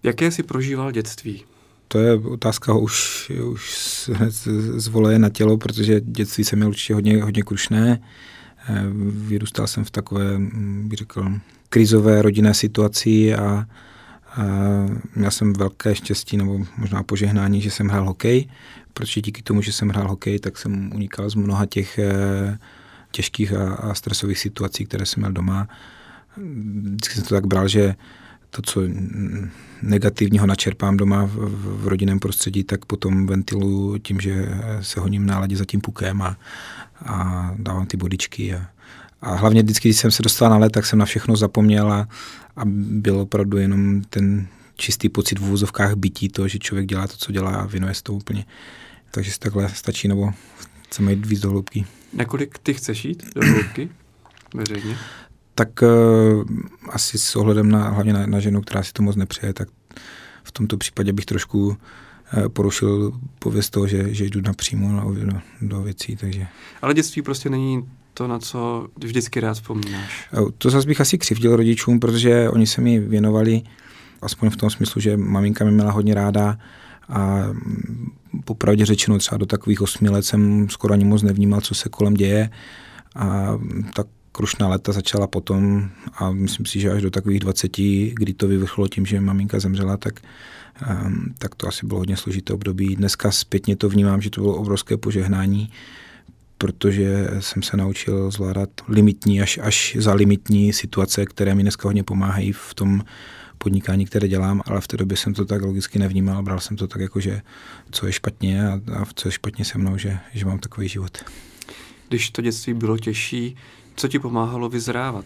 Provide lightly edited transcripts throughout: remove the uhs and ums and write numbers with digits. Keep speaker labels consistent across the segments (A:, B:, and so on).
A: Jaké jsi prožíval dětství?
B: To je otázka už hned zvoleje na tělo, protože dětství jsem měl určitě hodně krušné. Vyrůstal jsem v takové, bych řekl, krizové rodinné situaci a měl jsem velké štěstí nebo možná požehnání, že jsem hrál hokej, protože díky tomu, že jsem hrál hokej, tak jsem unikal z mnoha těch těžkých a stresových situací, které jsem měl doma. Vždycky jsem to tak bral, že to, co negativního načerpám doma v rodinném prostředí, tak potom ventiluju tím, že se honím náladě za tím pukem a dávám ty bodičky. A hlavně vždycky, když jsem se dostal na led, tak jsem na všechno zapomněl a byl opravdu jenom ten čistý pocit v uvozovkách bytí, to, že člověk dělá to, co dělá a věnuje se to úplně. Takže si takhle stačí, nebo chceme jít víc do hloubky.
A: Nakolik ty chceš jít do hloubky veřejně?
B: Tak asi s ohledem hlavně na ženu, která si to moc nepřeje, tak v tomto případě bych trošku porušil pověst toho, že jdu napřímo do věcí. Takže.
A: Ale dětství prostě není to, na co vždycky rád vzpomínáš.
B: To zase bych asi křivdil rodičům, protože oni se mi věnovali, aspoň v tom smyslu, že maminka mě měla hodně ráda a popravdě řečeno třeba do takových 8 let jsem skoro ani moc nevnímal, co se kolem děje a tak krušná léta začala potom a myslím si, že až do takových 20, kdy to vyvrcholilo tím, že maminka zemřela, tak to asi bylo hodně složité období. Dneska zpětně to vnímám, že to bylo obrovské požehnání, protože jsem se naučil zvládat limitní až za limitní situace, které mi dneska hodně pomáhají v tom podnikání, které dělám, ale v té době jsem to tak logicky nevnímal. Bral jsem to tak jako, že co je špatně a co je špatně se mnou, že mám takový život.
A: Když to dětství bylo těžší, co ti pomáhalo vyzrávat?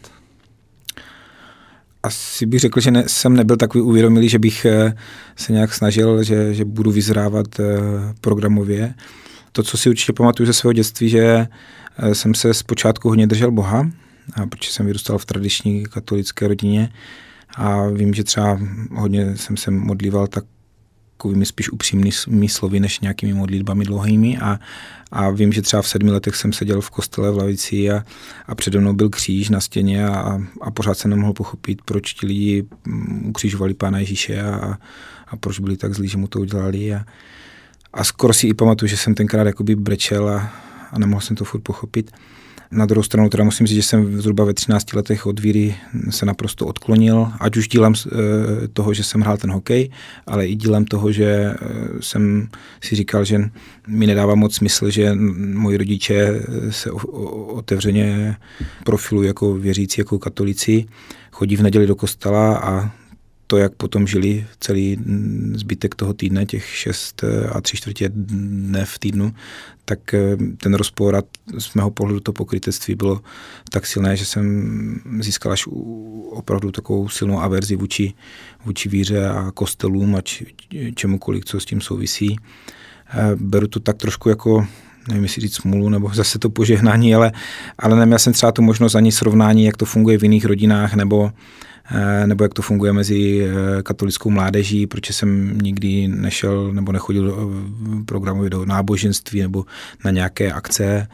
B: Asi bych řekl, že jsem nebyl takový uvědomilý, že bych se nějak snažil, že budu vyzrávat programově. To, co si určitě pamatuju ze svého dětství, že jsem se zpočátku hodně držel Boha, protože jsem vyrůstal v tradiční katolické rodině a vím, že třeba hodně jsem se modlíval takovými spíš upřímnými slovy, než nějakými modlitbami dlouhými a vím, že třeba v 7 letech jsem seděl v kostele v lavici a přede mnou byl kříž na stěně a pořád jsem nemohl pochopit, proč ti lidi ukřižovali Pána Ježíše a proč byli tak zlí, že mu to udělali a skoro si i pamatuju, že jsem tenkrát jakoby brečel a nemohl jsem to furt pochopit. Na druhou stranu teda musím říct, že jsem zhruba ve 13 letech od víry se naprosto odklonil, ať už dílem toho, že jsem hrál ten hokej, ale i dílem toho, že jsem si říkal, že mi nedává moc smysl, že moji rodiče se otevřeně profilují jako věřící, jako katolíci, chodí v neděli do kostela a to, jak potom žili celý zbytek toho týdne, těch 6 a 3/4 dne v týdnu, tak ten rozpor a z mého pohledu to pokrytectví bylo tak silné, že jsem získal až opravdu takovou silnou averzi vůči víře a kostelům a čemukoliv, co s tím souvisí. Beru to tak trošku jako, nevím, jestli říct smůlu, nebo zase to požehnání, ale neměl jsem třeba tu možnost ani srovnání, jak to funguje v jiných rodinách, nebo jak to funguje mezi katolickou mládeží, protože jsem nikdy nešel nebo nechodil programově do náboženství nebo na nějaké akce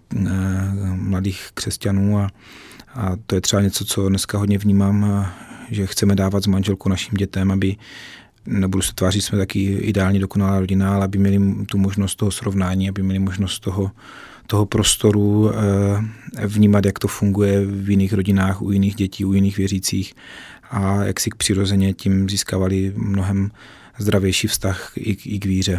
B: mladých křesťanů a to je třeba něco, co dneska hodně vnímám, že chceme dávat s manželkou našim dětem, aby nebudu se tvářit, jsme taky ideálně dokonalá rodina, ale aby měli tu možnost toho srovnání, aby měli možnost toho prostoru vnímat, jak to funguje v jiných rodinách, u jiných dětí, u jiných věřících a jak si přirozeně tím získávali mnohem zdravější vztah i k víře.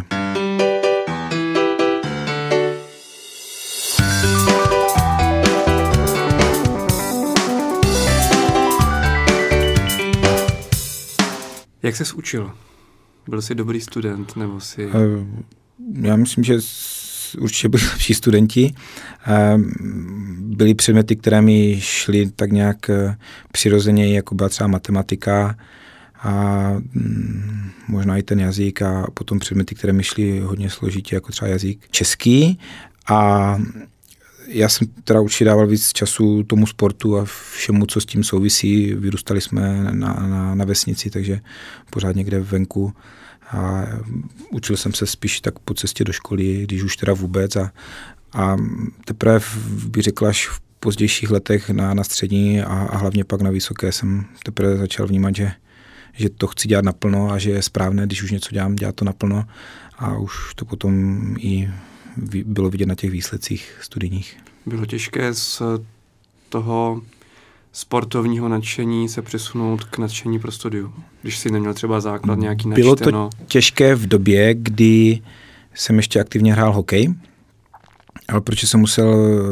A: Jak ses učil? Byl jsi dobrý student, nebo jsi...
B: Já myslím, že určitě byli lepší studenti. Byly předměty, které mi šly tak nějak přirozeně, jako byla třeba matematika a možná i ten jazyk a potom předměty, které mi šly hodně složitě, jako třeba jazyk český. A já jsem teda určitě dával víc času tomu sportu a všemu, co s tím souvisí. Vyrůstali jsme na vesnici, takže pořád někde venku. A učil jsem se spíš tak po cestě do školy, když už teda vůbec. A teprve bych řekl až v pozdějších letech na střední a hlavně pak na vysoké jsem teprve začal vnímat, že to chci dělat naplno a že je správné, když už něco dělat to naplno a už to potom i bylo vidět na těch výsledcích studijních.
A: Bylo těžké z toho sportovního nadšení se přesunout k nadšení pro studium, když si neměl třeba základ nějaký načteno?
B: Bylo to těžké v době, kdy jsem ještě aktivně hrál hokej, ale protože jsem musel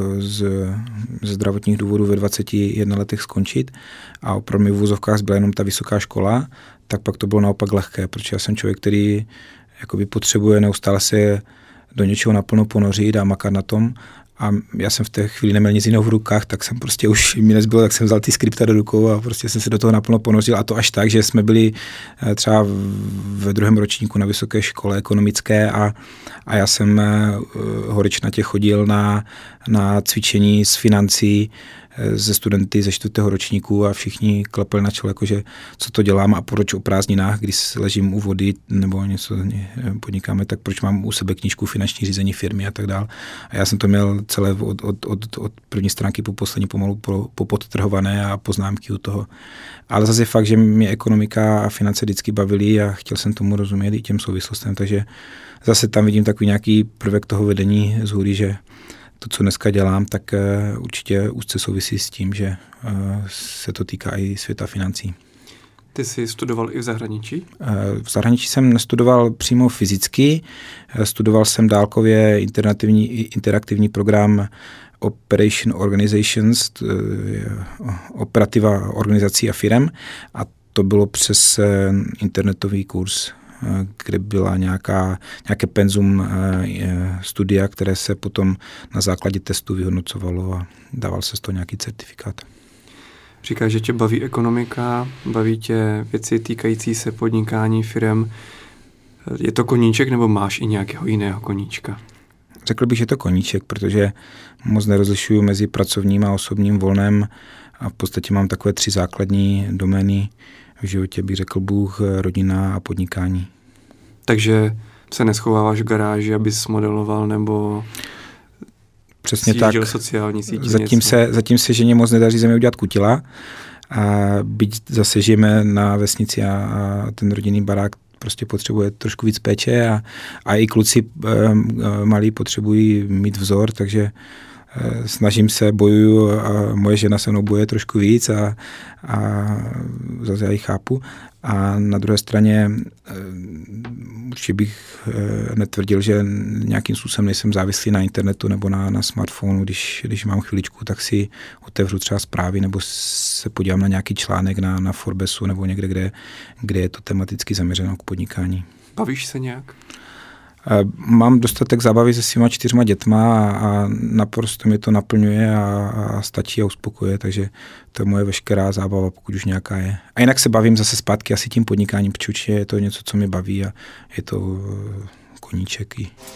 B: ze zdravotních důvodů ve 21 letech skončit a opravdu v vozovkách zbyla jenom ta vysoká škola, tak pak to bylo naopak lehké, protože já jsem člověk, který jakoby potřebuje neustále se do něčeho naplno ponořit a makat na tom. A já jsem v té chvíli neměl nic jiného v rukách, tak jsem prostě už mi nezbylo, tak jsem vzal ty skripta do rukou a prostě jsem se do toho naplno ponořil. A to až tak, že jsme byli třeba ve 2. ročníku na vysoké škole ekonomické a já jsem horečnatě chodil na cvičení z financí ze studenty ze 4. ročníku a všichni klepali na čelo, jakože co to dělám a proč o prázdninách, když ležím u vody nebo něco podnikáme, tak proč mám u sebe knížku finanční řízení firmy a tak dál. A já jsem to měl celé od první stránky po poslední pomalu popodtrhované a poznámky u toho. Ale zase fakt, že mě ekonomika a finance vždycky bavily a chtěl jsem tomu rozumět i těm souvislostem, takže zase tam vidím takový nějaký prvek toho vedení z hůry, že to, co dneska dělám, tak určitě úzce souvisí s tím, že se to týká i světa financí.
A: Ty jsi studoval i v zahraničí?
B: V zahraničí jsem nestudoval přímo fyzicky, studoval jsem dálkově interaktivní program Operation Organizations, operativa organizací a firem, a to bylo přes internetový kurz, kde byla nějaké penzum studia, které se potom na základě testu vyhodnocovalo a dával se z toho nějaký certifikát.
A: Říkáš, že tě baví ekonomika, baví tě věci týkající se podnikání firem. Je to koníček nebo máš i nějakého jiného koníčka?
B: Řekl bych, že to koníček, protože moc nerozlišuju mezi pracovním a osobním volnem a v podstatě mám takové 3 základní domény v životě, bych řekl Bůh, rodina a podnikání. Takže
A: se neschováváš v garáži, abys modeloval nebo
B: přesně tak.
A: Sociální sítě?
B: Zatím se ženě moc nedaří ze mě udělat kutila. A byť zase žijeme na vesnici a ten rodinný barák prostě potřebuje trošku víc péče a i kluci malí potřebují mít vzor, takže snažím se, bojuju a moje žena se mnou bojuje trošku víc a zase já ji chápu. A na druhé straně určitě bych netvrdil, že nějakým způsobem nejsem závislý na internetu nebo na smartphonu. Když mám chviličku, tak si otevřu třeba zprávy nebo se podívám na nějaký článek na Forbesu nebo někde, kde je to tematicky zaměřeno k podnikání.
A: Bavíš se nějak?
B: Mám dostatek zábavy se svýma 4 dětma a naprosto mě to naplňuje a stačí a uspokojuje, takže to je moje veškerá zábava, pokud už nějaká je. A jinak se bavím zase zpátky asi tím podnikáním, protože určitě je to něco, co mě baví a je to koníček.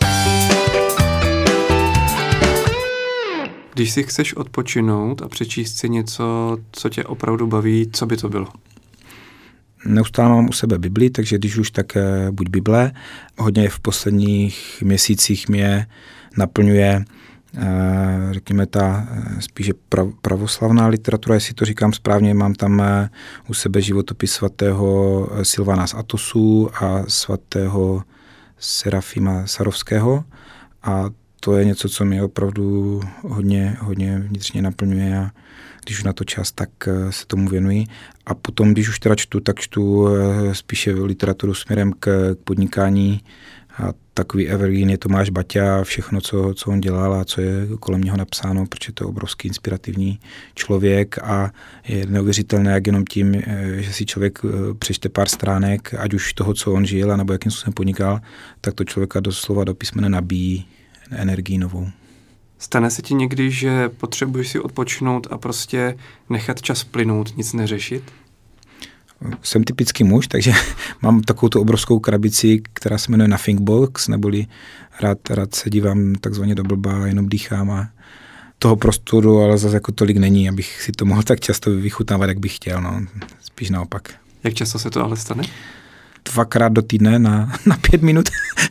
A: Když si chceš odpočinout a přečíst si něco, co tě opravdu baví, co by to bylo?
B: Neustále mám u sebe Bibli, takže když už, tak buď Bible. Hodně v posledních měsících mě naplňuje, řekněme, ta spíše pravoslavná literatura, jestli to říkám správně. Mám tam u sebe životopis svatého Silvana z Atosu a svatého Serafima Sarovského. A to je něco, co mě opravdu hodně vnitřně naplňuje a když už na to čas, tak se tomu věnuji. A potom, když už teda čtu, tak čtu spíše literaturu směrem k podnikání. A takový evergreen je Tomáš Baťa, všechno, co on dělal a co je kolem něho napsáno, protože to je obrovský inspirativní člověk a je neuvěřitelné, jak jenom tím, že si člověk přečte pár stránek, ať už toho, co on žil, nebo jakým způsobem podnikal, tak to člověka doslova do písmene nabíjí energii novou.
A: Stane se ti někdy, že potřebuješ si odpočinout a prostě nechat čas plynout, nic neřešit?
B: Jsem typický muž, takže mám takovou tu obrovskou krabici, která se jmenuje Nothing Box, neboli rád se dívám takzvaně do blba, jenom dýchám a toho prostoru, ale zase jako tolik není, abych si to mohl tak často vychutnávat, jak bych chtěl, no. Spíš naopak.
A: Jak často se to ale stane?
B: 2krát do týdne na 5 minut.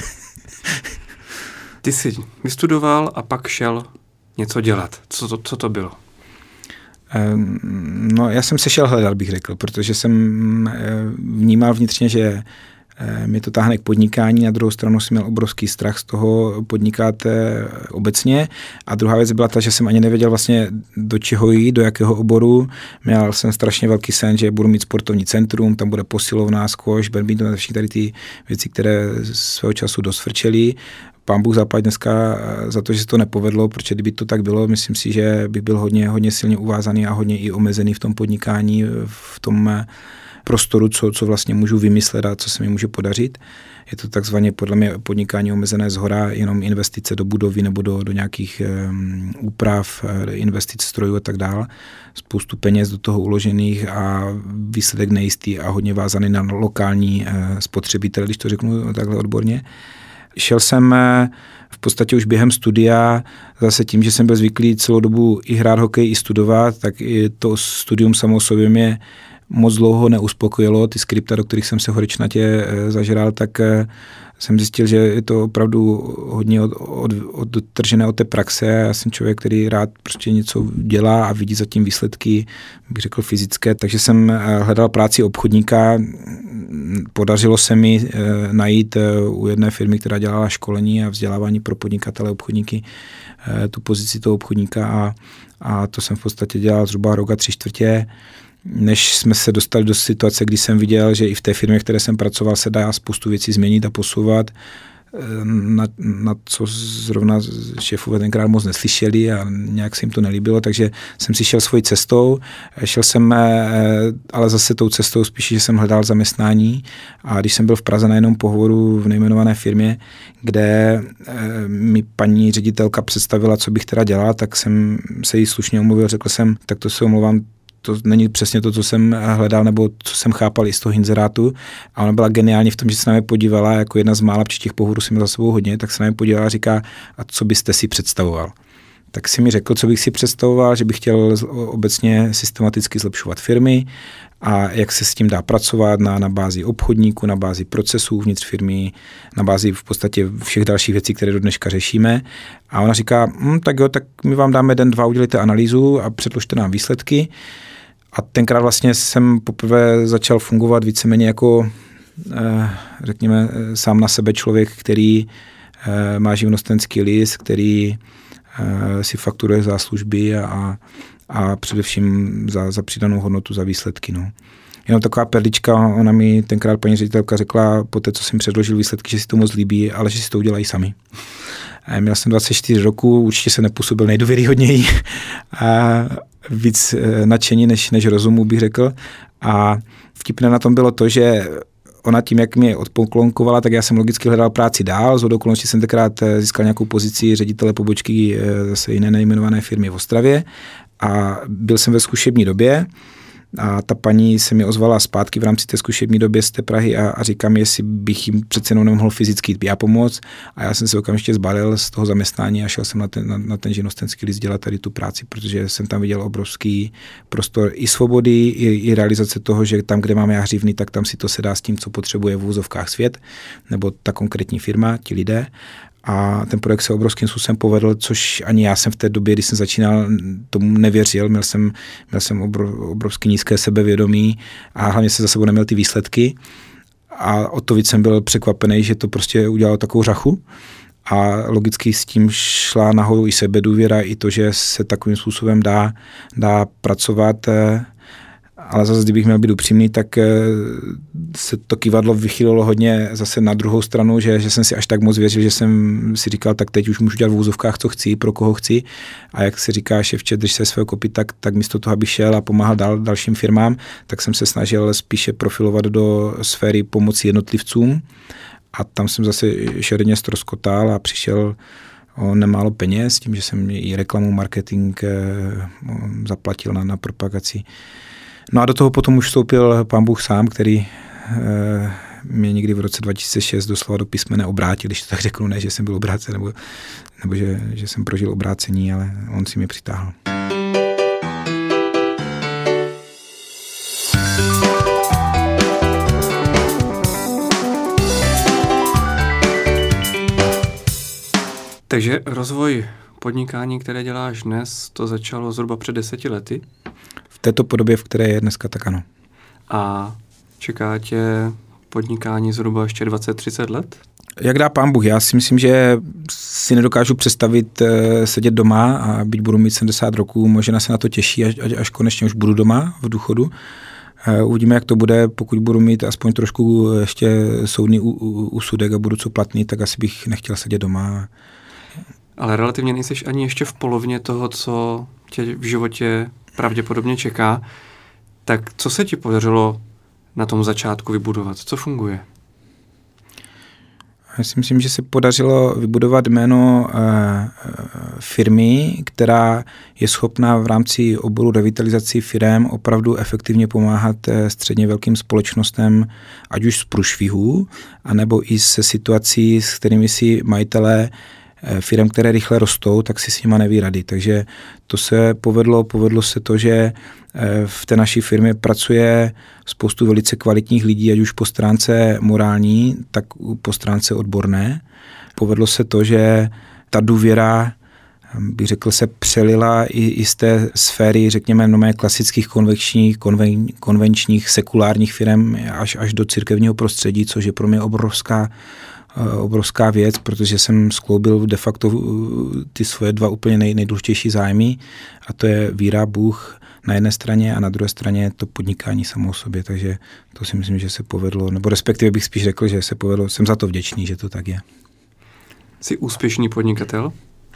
A: Ty jsi vystudoval a pak šel něco dělat. Co to bylo?
B: No, já jsem se šel hledat, bych řekl, protože jsem vnímal vnitřně, že mě to táhne k podnikání, na druhou stranu jsem měl obrovský strach z toho podnikat obecně a druhá věc byla ta, že jsem ani nevěděl vlastně do čeho jít, do jakého oboru. Měl jsem strašně velký sen, že budu mít sportovní centrum, tam bude posilovná, squash, badminton, všechny tady ty věci, které svého času dosvrčely. Pán Bůh zaplať dneska za to, že se to nepovedlo, protože kdyby to tak bylo, myslím si, že bych byl hodně silně uvázaný a hodně i omezený v tom podnikání, v tom prostoru, co vlastně můžu vymyslet a co se mi může podařit. Je to takzvaně podle mě podnikání omezené zhora, jenom investice do budovy nebo do nějakých úprav, investic strojů a tak dále. Spoustu peněz do toho uložených a výsledek nejistý a hodně vázaný na lokální spotřebitele, když to řeknu takhle odborně. Šel jsem v podstatě už během studia, zase tím, že jsem byl zvyklý celou dobu i hrát hokej, i studovat, tak i to studium samo o sobě mě moc dlouho neuspokojilo. Ty skripta, do kterých jsem se horečnatě zažral, tak jsem zjistil, že je to opravdu hodně odtržené od té praxe. Já jsem člověk, který rád prostě něco dělá a vidí zatím výsledky, bych řekl, fyzické. Takže jsem hledal práci obchodníka. Podařilo se mi najít u jedné firmy, která dělala školení a vzdělávání pro podnikatele, obchodníky, tu pozici toho obchodníka a to jsem v podstatě dělal zhruba rok a 3/4, než jsme se dostali do situace, kdy jsem viděl, že i v té firmě, které jsem pracoval, se dá spoustu věcí změnit a posouvat, na co zrovna šéfové tenkrát moc neslyšeli a nějak se jim to nelíbilo, takže jsem si šel svojí cestou. Šel jsem ale zase tou cestou spíš, že jsem hledal zaměstnání a když jsem byl v Praze na jednom pohovoru v nejmenované firmě, kde mi paní ředitelka představila, co bych teda dělal, tak jsem se jí slušně omluvil, řekl jsem, tak to se omlouvám, to není přesně to, co jsem hledal, nebo co jsem chápal i z toho inzerátu. A ona byla geniální v tom, že se na mě podívala, jako jedna z mála, protože těch pohovorů jsem měl za sebou hodně, tak se na mě podívala a říká, a co byste si představoval? Tak si mi řekl, co bych si představoval, že bych chtěl obecně systematicky zlepšovat firmy a jak se s tím dá pracovat na bázi obchodníků, na bázi procesů uvnitř firmy, na bázi v podstatě všech dalších věcí, které do dneška řešíme. A ona říká, tak jo, tak my vám dáme den, dva, udělejte analýzu a předložte nám výsledky. A tenkrát vlastně jsem poprvé začal fungovat víceméně jako, řekněme, sám na sebe člověk, který má živnostenský list, který si fakturuje za služby a především za přidanou hodnotu, za výsledky. No. Jenom taková perlička, ona mi tenkrát paní ředitelka řekla, po té, co jsem předložil výsledky, že si to moc líbí, ale že si to udělají sami. Měl jsem 24 roku, určitě se nepůsobil nejdůvěryhodněji a víc nadšení než rozumu, bych řekl. A vtipné na tom bylo to, že ona tím, jak mě odpoklonkovala, tak já jsem logicky hledal práci dál. Z okolností jsem tenkrát získal nějakou pozici ředitele pobočky zase jiné nejmenované firmy v Ostravě a byl jsem ve zkušební době. A ta paní se mi ozvala zpátky v rámci té zkušební doby z té Prahy a říká mi, jestli bych jim přece jenom nemohl fyzicky já pomoct. A já jsem se okamžitě zbalil z toho zaměstnání a šel jsem na ten živnostenský list dělat tady tu práci, protože jsem tam viděl obrovský prostor i svobody, i realizace toho, že tam, kde mám já hřivny, tak tam si to sedá s tím, co potřebuje v úzovkách svět, nebo ta konkrétní firma, ti lidé. A ten projekt se obrovským způsobem povedl, což ani já jsem v té době, když jsem začínal, tomu nevěřil. Měl jsem obrovský nízké sebevědomí a hlavně se za sebou neměl ty výsledky. A o to víc jsem byl překvapený, že to prostě udělalo takovou řachu. A logicky s tím šla nahoru i sebedůvěra, i to, že se takovým způsobem dá pracovat. Ale zase, kdybych měl být upřímný, tak se to kyvadlo vychýlilo hodně zase na druhou stranu, že jsem si až tak moc věřil, že jsem si říkal, tak teď už můžu dělat v úzovkách, co chci, pro koho chci. A jak se říká, ševče, drž se svého kopy, tak místo toho, abych šel a pomáhal dalším firmám, tak jsem se snažil spíše profilovat do sféry pomoci jednotlivcům. A tam jsem zase šeredně ztroskotal a přišel o nemálo peněz, tím, že jsem i reklamu, marketing zaplatil na propagaci. No a do toho potom už vstoupil pán Bůh sám, který mě někdy v roce 2006 doslova do písmene obrátil, když to tak řeknu, ne, že jsem byl obrácen, nebo že jsem prožil obrácení, ale on si mě přitáhl.
A: Takže rozvoj podnikání, které děláš dnes, to začalo zhruba před 10 lety?
B: V této podobě, v které je dneska, tak ano.
A: A čeká tě podnikání zhruba ještě 20-30 let?
B: Jak dá pán Bůh, já si myslím, že si nedokážu představit sedět doma a byť budu mít 70 roků, možná se na to těší, až konečně už budu doma v důchodu. Uvidíme, jak to bude, pokud budu mít aspoň trošku ještě soudný úsudek a budu co platný, tak asi bych nechtěl sedět doma.
A: Ale relativně nejseš ani ještě v polovině toho, co tě v životě pravděpodobně čeká. Tak co se ti podařilo na tom začátku vybudovat? Co funguje?
B: Já si myslím, že se podařilo vybudovat jméno firmy, která je schopná v rámci oboru revitalizací firem opravdu efektivně pomáhat středně velkým společnostem, ať už z průšvihů, anebo i se situací, s kterými si majitelé firem, které rychle rostou, tak si s nima neví rady. Takže to se povedlo se to, že v té naší firmě pracuje spoustu velice kvalitních lidí, ať už po stránce morální, tak po stránce odborné. Povedlo se to, že ta důvěra, bych řekl, se přelila i z té sféry, řekněme, klasických konvenčních sekulárních firm až do církevního prostředí, což je pro mě obrovská věc, protože jsem skloubil de facto ty svoje dva úplně nejdůležitější zájmy, a to je víra, Bůh na jedné straně a na druhé straně to podnikání samo o sobě, takže to si myslím, že se povedlo, nebo respektive bych spíš řekl, že se povedlo, jsem za to vděčný, že to tak je.
A: Jsi úspěšný podnikatel?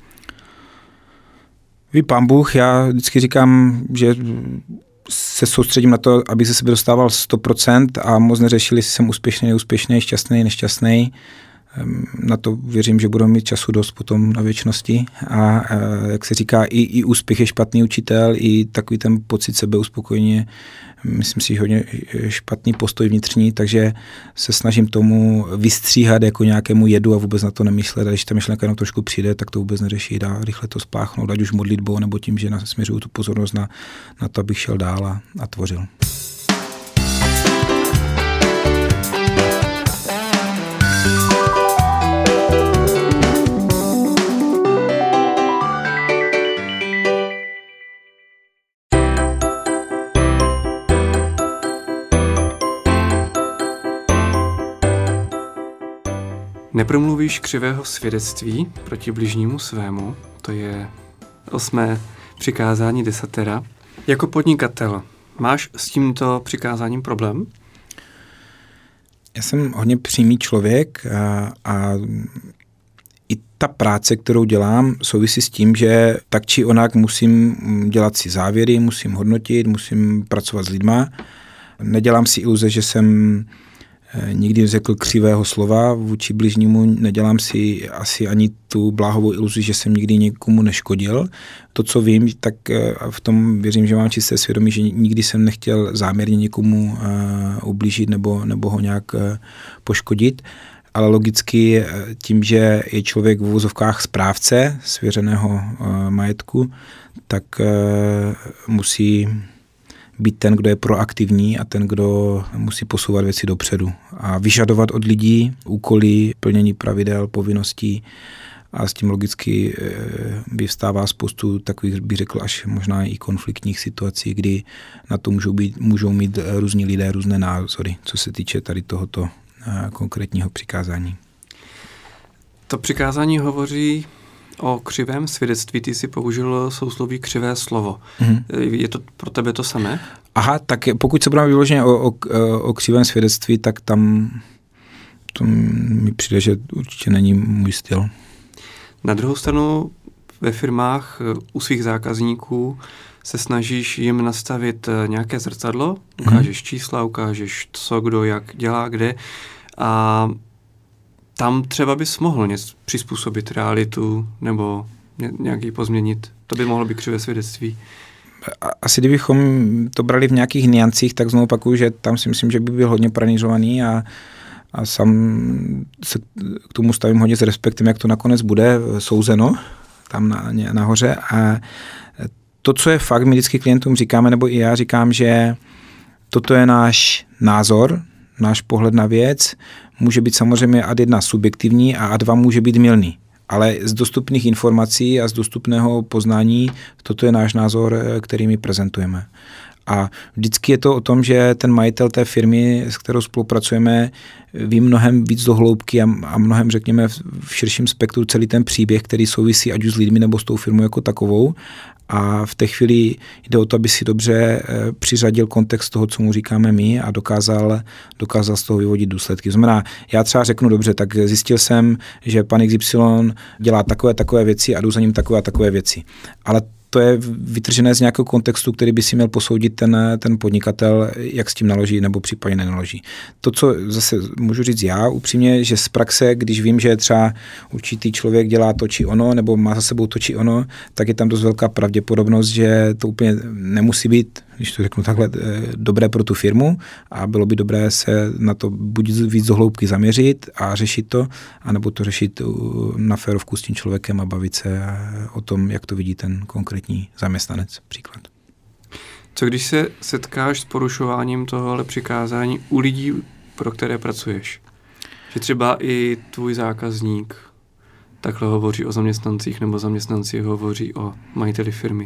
B: Ví pán Bůh, já vždycky říkám, že se soustředím na to, abych ze sebe dostával 100% a moc neřešil, jestli jsem úspěšný, neúspěšný, šťastný, nešťastný. Na to věřím, že budu mít času dost potom na věčnosti. A jak se říká, i úspěch je špatný učitel, i takový ten pocit sebeuspokojení, myslím si, hodně špatný postoj vnitřní, takže se snažím tomu vystříhat jako nějakému jedu a vůbec na to nemyslet. A když ta myšlenka jenom trošku přijde, tak to vůbec neřeší, dá rychle to spláchnout, ať už modlitbou, nebo tím, že směřuju tu pozornost na to, abych šel dál a tvořil.
A: Nepromluvíš křivého svědectví proti bližnímu svému, to je 8. přikázání desatera. Jako podnikatel, máš s tímto přikázáním problém?
B: Já jsem hodně přímý člověk a i ta práce, kterou dělám, souvisí s tím, že tak či onak musím dělat si závěry, musím hodnotit, musím pracovat s lidma. Nedělám si iluze, že jsem nikdy řekl křivého slova vůči bližnímu, nedělám si asi ani tu bláhovou iluzi, že jsem nikdy někomu neškodil. To, co vím, tak v tom věřím, že mám čisté svědomí, že nikdy jsem nechtěl záměrně někomu ublížit nebo ho nějak poškodit, ale logicky tím, že je člověk v uvozovkách správce svěřeného majetku, tak musí být ten, kdo je proaktivní a ten, kdo musí posouvat věci dopředu a vyžadovat od lidí úkoly, plnění pravidel, povinností, a s tím logicky vyvstává spoustu takových, bych řekl, až možná i konfliktních situací, kdy na to můžou mít různí lidé různé názory, co se týče tady tohoto konkrétního přikázání.
A: To přikázání hovoří o křivém svědectví, ty si použil sousloví křivé slovo. Je to pro tebe to samé?
B: Aha, tak pokud se budeme vyloženě o křivém svědectví, tak tam to mi přijde, že určitě není můj styl.
A: Na druhou stranu ve firmách u svých zákazníků se snažíš jim nastavit nějaké zrcadlo, ukážeš čísla, ukážeš co, kdo, jak dělá, kde, a tam třeba bys mohl něco přizpůsobit realitu nebo nějaký pozměnit. To by mohlo být křivé svědectví.
B: Asi kdybychom to brali v nějakých niancích, tak znovu opakuju, že tam si myslím, že by byl hodně pranýřovaný a sám se k tomu stavím hodně s respektem, jak to nakonec bude souzeno tam nahoře. A to, co je fakt, my vždycky klientům říkáme, nebo i já říkám, že toto je náš názor, náš pohled na věc, může být samozřejmě ad 1 subjektivní a ad 2 může být mylný. Ale z dostupných informací a z dostupného poznání toto je náš názor, který my prezentujeme. A vždycky je to o tom, že ten majitel té firmy, s kterou spolupracujeme, ví mnohem víc do hloubky a mnohem, řekněme, v širším spektru celý ten příběh, který souvisí ať už s lidmi nebo s tou firmou jako takovou. A v té chvíli jde o to, aby si dobře přiřadil kontext toho, co mu říkáme my a dokázal z toho vyvodit důsledky. Znamená, já třeba řeknu dobře, tak zjistil jsem, že pan XY dělá takové věci a jdu za ním takové věci. Ale to je vytržené z nějakého kontextu, který by si měl posoudit ten podnikatel, jak s tím naloží nebo případně nenaloží. To, co zase můžu říct já upřímně, že z praxe, když vím, že třeba určitý člověk dělá to či ono, nebo má za sebou to či ono, tak je tam dost velká pravděpodobnost, že to úplně nemusí být, když to řeknu takhle, dobré pro tu firmu a bylo by dobré se na to buď víc do hloubky zaměřit a řešit to, anebo to řešit na férovku s tím člověkem a bavit se o tom, jak to vidí ten konkrétní zaměstnanec, příklad.
A: Co když se setkáš s porušováním tohohle přikázání u lidí, pro které pracuješ? Že třeba i tvůj zákazník takhle hovoří o zaměstnancích nebo zaměstnanci hovoří o majiteli firmy?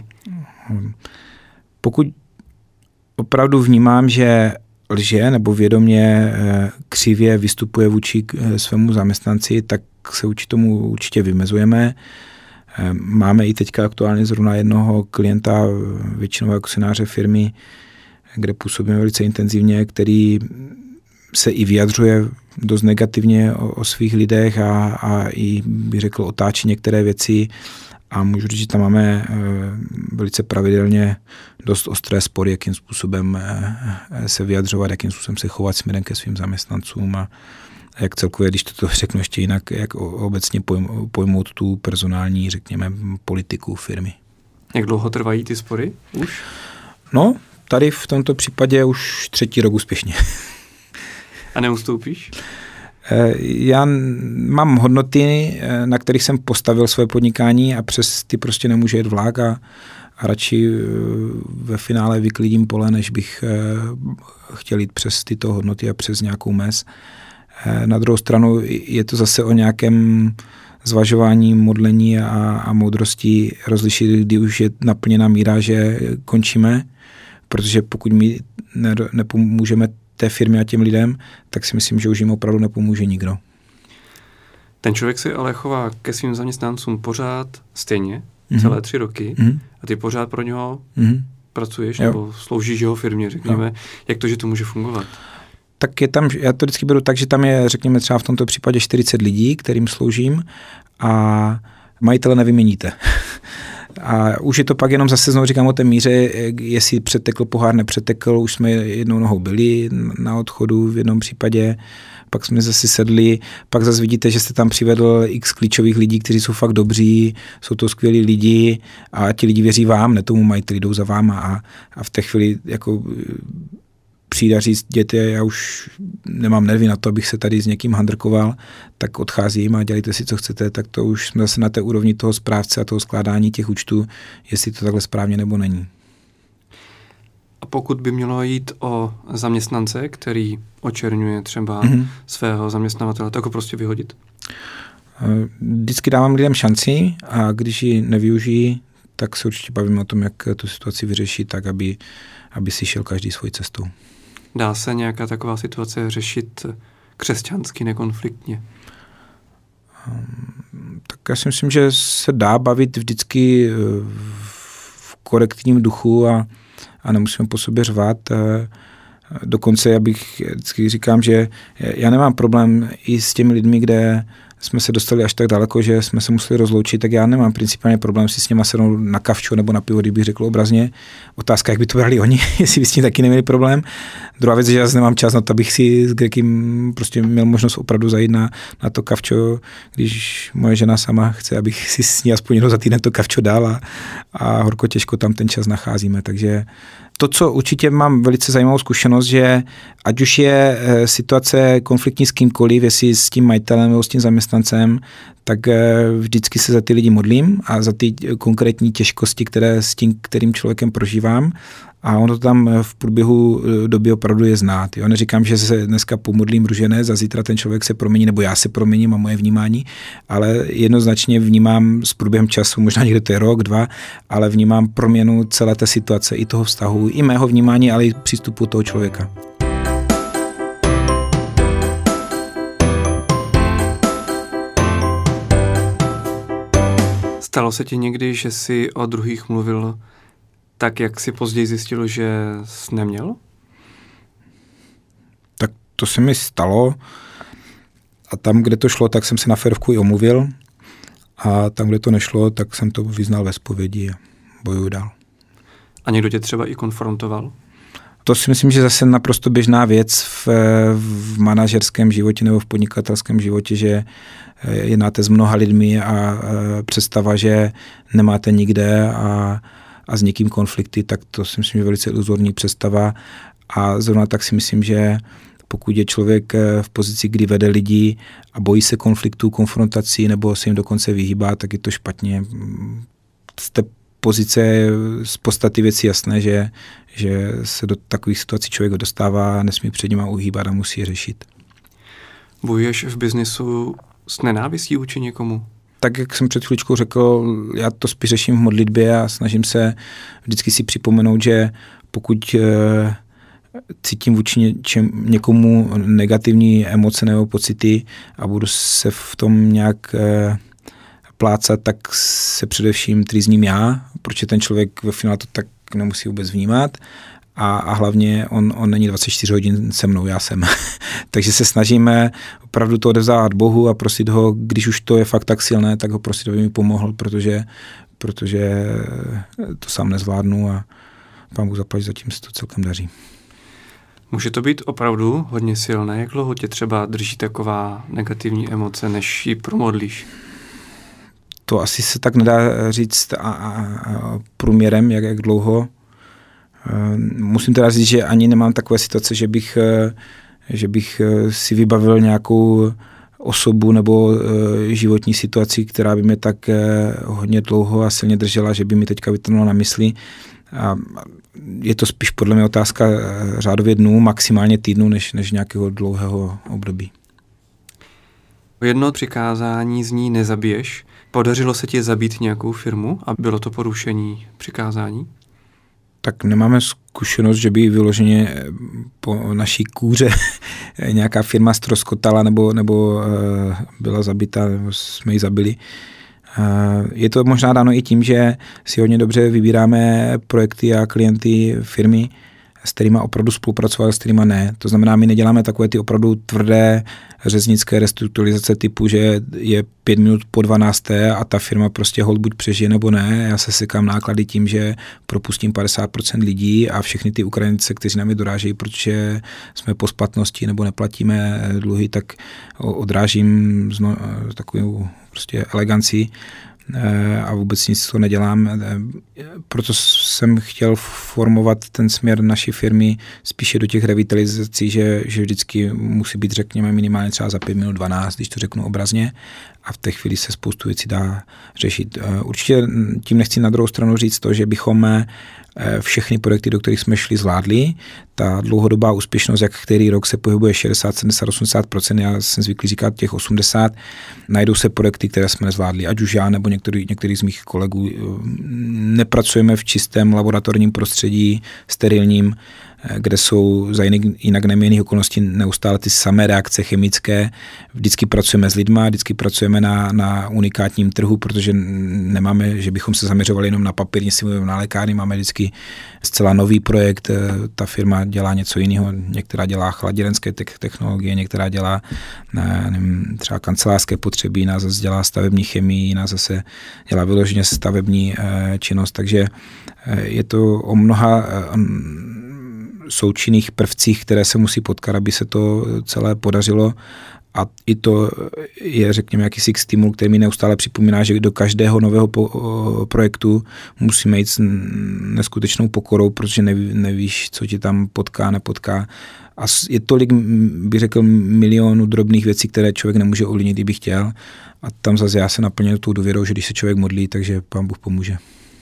B: Pokud opravdu vnímám, že lže nebo vědomě křivě vystupuje vůči svému zaměstnanci, tak se tomu určitě vymezujeme. Máme i teďka aktuálně zrovna jednoho klienta, většinového akcionáře firmy, kde působíme velice intenzivně, který se i vyjadřuje dost negativně o svých lidech a i, bych řekl, otáčí některé věci. A můžu říct, že tam máme velice pravidelně dost ostré spory, jakým způsobem se vyjadřovat, jakým způsobem se chovat směrem ke svým zaměstnancům a jak celkově, když to řeknu ještě jinak, jak obecně pojmout tu personální, řekněme, politiku firmy.
A: Jak dlouho trvají ty spory už?
B: No, tady v tomto případě už 3. rok úspěšně.
A: A neustoupíš?
B: Já mám hodnoty, na kterých jsem postavil své podnikání a přes ty prostě nemůže jet vlak a radši ve finále vyklidím pole, než bych chtěl jít přes tyto hodnoty a přes nějakou mez. Na druhou stranu je to zase o nějakém zvažování, modlení a moudrosti rozlišit, kdy už je naplněná míra, že končíme, protože pokud my nepomůžeme té firmě a těm lidem, tak si myslím, že už jim opravdu nepomůže nikdo.
A: Ten člověk se ale chová ke svým zaměstnancům pořád stejně, celé 3 roky a ty pořád pro něho pracuješ nebo sloužíš jeho firmě, řekněme. Jo. Jak to, že to může fungovat?
B: Tak je tam, já to vždycky beru tak, že tam je, řekněme třeba v tomto případě 40 lidí, kterým sloužím a majitele nevyměníte. A už je to pak jenom zase znovu říkám o té míře, jestli přetekl pohár, nepřetekl, už jsme jednou nohou byli na odchodu v jednom případě, pak jsme zase sedli, pak zase vidíte, že jste tam přivedl x klíčových lidí, kteří jsou fakt dobří, jsou to skvělí lidi a ti lidi věří vám, ne tomu majiteli, jdou za váma a v té chvíli jako přijde a říct, děti, já už nemám nervy na to, abych se tady s někým handrkoval, tak odcházím a dělejte si, co chcete, tak to už jsme zase na té úrovni toho správce a toho skládání těch účtů, jestli to takhle správně nebo není.
A: A pokud by mělo jít o zaměstnance, který očerňuje třeba svého zaměstnavatele, tak ho prostě vyhodit?
B: Vždycky dávám lidem šanci a když ji nevyužijí, tak se určitě bavíme o tom, jak tu situaci vyřešit, tak aby si šel každý svojí cestou.
A: Dá se nějaká taková situace řešit křesťansky, nekonfliktně?
B: Tak já si myslím, že se dá bavit vždycky v korektním duchu a nemusíme po sobě řvát. Dokonce já vždycky říkám, že já nemám problém i s těmi lidmi, kde jsme se dostali až tak daleko, že jsme se museli rozloučit, tak já nemám principiálně problém si s nima sednout na kavčo nebo na pivo, kdybych řekl obrazně. Otázka, jak by to brali oni, jestli by s tím taky neměli problém. Druhá věc, že já nemám čas na to, abych si s Grekým prostě měl možnost opravdu zajít na to kavčo, když moje žena sama chce, abych si s ní aspoň jednou za týden to kavčo dal a horko těžko tam ten čas nacházíme, takže to, co určitě mám velice zajímavou zkušenost, že ať už je situace konfliktní s kýmkoliv, jestli s tím majitelem nebo s tím zaměstnancem, tak vždycky se za ty lidi modlím a za ty konkrétní těžkosti, které s tím, kterým člověkem prožívám a ono to tam v průběhu doby opravdu je znát. Jo? Neříkám, že se dneska pomodlím růženec a zítra ten člověk se promění, nebo já se proměním a moje vnímání, ale jednoznačně vnímám s průběhem času, možná někde to je rok, 2, ale vnímám proměnu celé té situace, i toho vztahu, i mého vnímání, ale i přístupu toho člověka.
A: Stalo se ti někdy, že jsi o druhých mluvil tak, jak si později zjistil, že jsi neměl?
B: Tak to se mi stalo a tam, kde to šlo, tak jsem se na férovku i omluvil a tam, kde to nešlo, tak jsem to vyznal ve zpovědi a bojuju dál.
A: A někdo tě třeba i konfrontoval?
B: To si myslím, že zase naprosto běžná věc v manažerském životě nebo v podnikatelském životě, že jednáte s mnoha lidmi a představa, že nemáte nikde a s někým konflikty, tak to si myslím, že je velice iluzorní představa a zrovna tak si myslím, že pokud je člověk v pozici, kdy vede lidi a bojí se konfliktů, konfrontací nebo se jim dokonce vyhýbá, tak je to špatně. Z té pozice je z podstaty věci jasné, že se do takových situací člověk dostává, nesmí před nima uhýbat a musí je řešit.
A: Bojuješ v biznisu s nenávistí vůči někomu?
B: Tak, jak jsem před chvíličkou řekl, já to spíš řeším v modlitbě a snažím se vždycky si připomenout, že pokud cítím vůči někomu negativní emoce nebo pocity a budu se v tom nějak plácat, tak se především trýzním já, protože ten člověk ve finále to tak nemusí vůbec vnímat a hlavně on není 24 hodin se mnou, já jsem. Takže se snažíme opravdu to odevzdávat Bohu a prosit ho, když už to je fakt tak silné, tak ho prosit, aby mi pomohl, protože to sám nezvládnu a Pán Bůh zaplať, zatím se to celkem daří.
A: Může to být opravdu hodně silné? Jak dlouho tě třeba drží taková negativní emoce, než ji promodlíš?
B: To asi se tak nedá říct a průměrem, jak dlouho. Musím teda říct, že ani nemám takové situace, že bych si vybavil nějakou osobu nebo životní situaci, která by mě tak hodně dlouho a silně držela, že by mi teďka vytrnula na mysli. A je to spíš podle mě otázka řádově dnů, maximálně týdnů, než nějakého dlouhého období.
A: Jedno přikázání zní nezabiješ. Podařilo se ti zabít nějakou firmu a bylo to porušení přikázání?
B: Tak nemáme zkušenost, že by vyloženě po naší kůře nějaká firma ztroskotala nebo byla zabita, nebo jsme ji zabili. Je to možná dáno i tím, že si hodně dobře vybíráme projekty a klienty firmy, s kterýma opravdu spolupracovat, s kterýma ne. To znamená, my neděláme takové ty opravdu tvrdé řeznické restrukturalizace typu, že je 5 minut po 12. a ta firma prostě hold buď přežije nebo ne. Já se sekám náklady tím, že propustím 50% lidí a všechny ty Ukrajince, kteří nám je dorážejí, protože jsme po splatnosti nebo neplatíme dluhy, tak odrážím takovou prostě eleganci a vůbec nic to nedělám. Proto jsem chtěl formovat ten směr naší firmy spíše do těch revitalizací, že vždycky musí být, řekněme, minimálně třeba za 5 minut 12, když to řeknu obrazně, a v té chvíli se spoustu věcí dá řešit. Určitě tím nechci na druhou stranu říct to, že bychom všechny projekty, do kterých jsme šli, zvládli. Ta dlouhodobá úspěšnost, jak který rok se pohybuje 60, 70, 80%, já jsem zvyklý říkat těch 80%, najdou se projekty, které jsme nezvládli, ať už já nebo některý z mých kolegů. Nepracujeme v čistém laboratorním prostředí, sterilním, kde jsou za jinak neměnných okolností neustále ty samé reakce chemické. Vždycky pracujeme s lidma, vždycky pracujeme na unikátním trhu, protože nemáme, že bychom se zaměřovali jenom na papírnictví nebo na lékárny, máme vždycky zcela nový projekt, ta firma dělá něco jiného, některá dělá chladěrenské technologie, některá dělá nevím, třeba kancelářské potřeby, jiná zase dělá stavební chemii, jiná zase dělá vyloženě stavební činnost, takže je to o mnoha součinných prvcích, které se musí potkat, aby se to celé podařilo. A i to je, řekněme, jakýsi stimul, který mi neustále připomíná, že do každého nového projektu musíme jít s neskutečnou pokorou, protože nevíš, co ti tam potká, nepotká. A je tolik, bych řekl, milionů drobných věcí, které člověk nemůže ovlivnit, kdyby chtěl. A tam zase já se naplňuji tou důvěrou, že když se člověk modlí, takže Pán Bůh pomůže.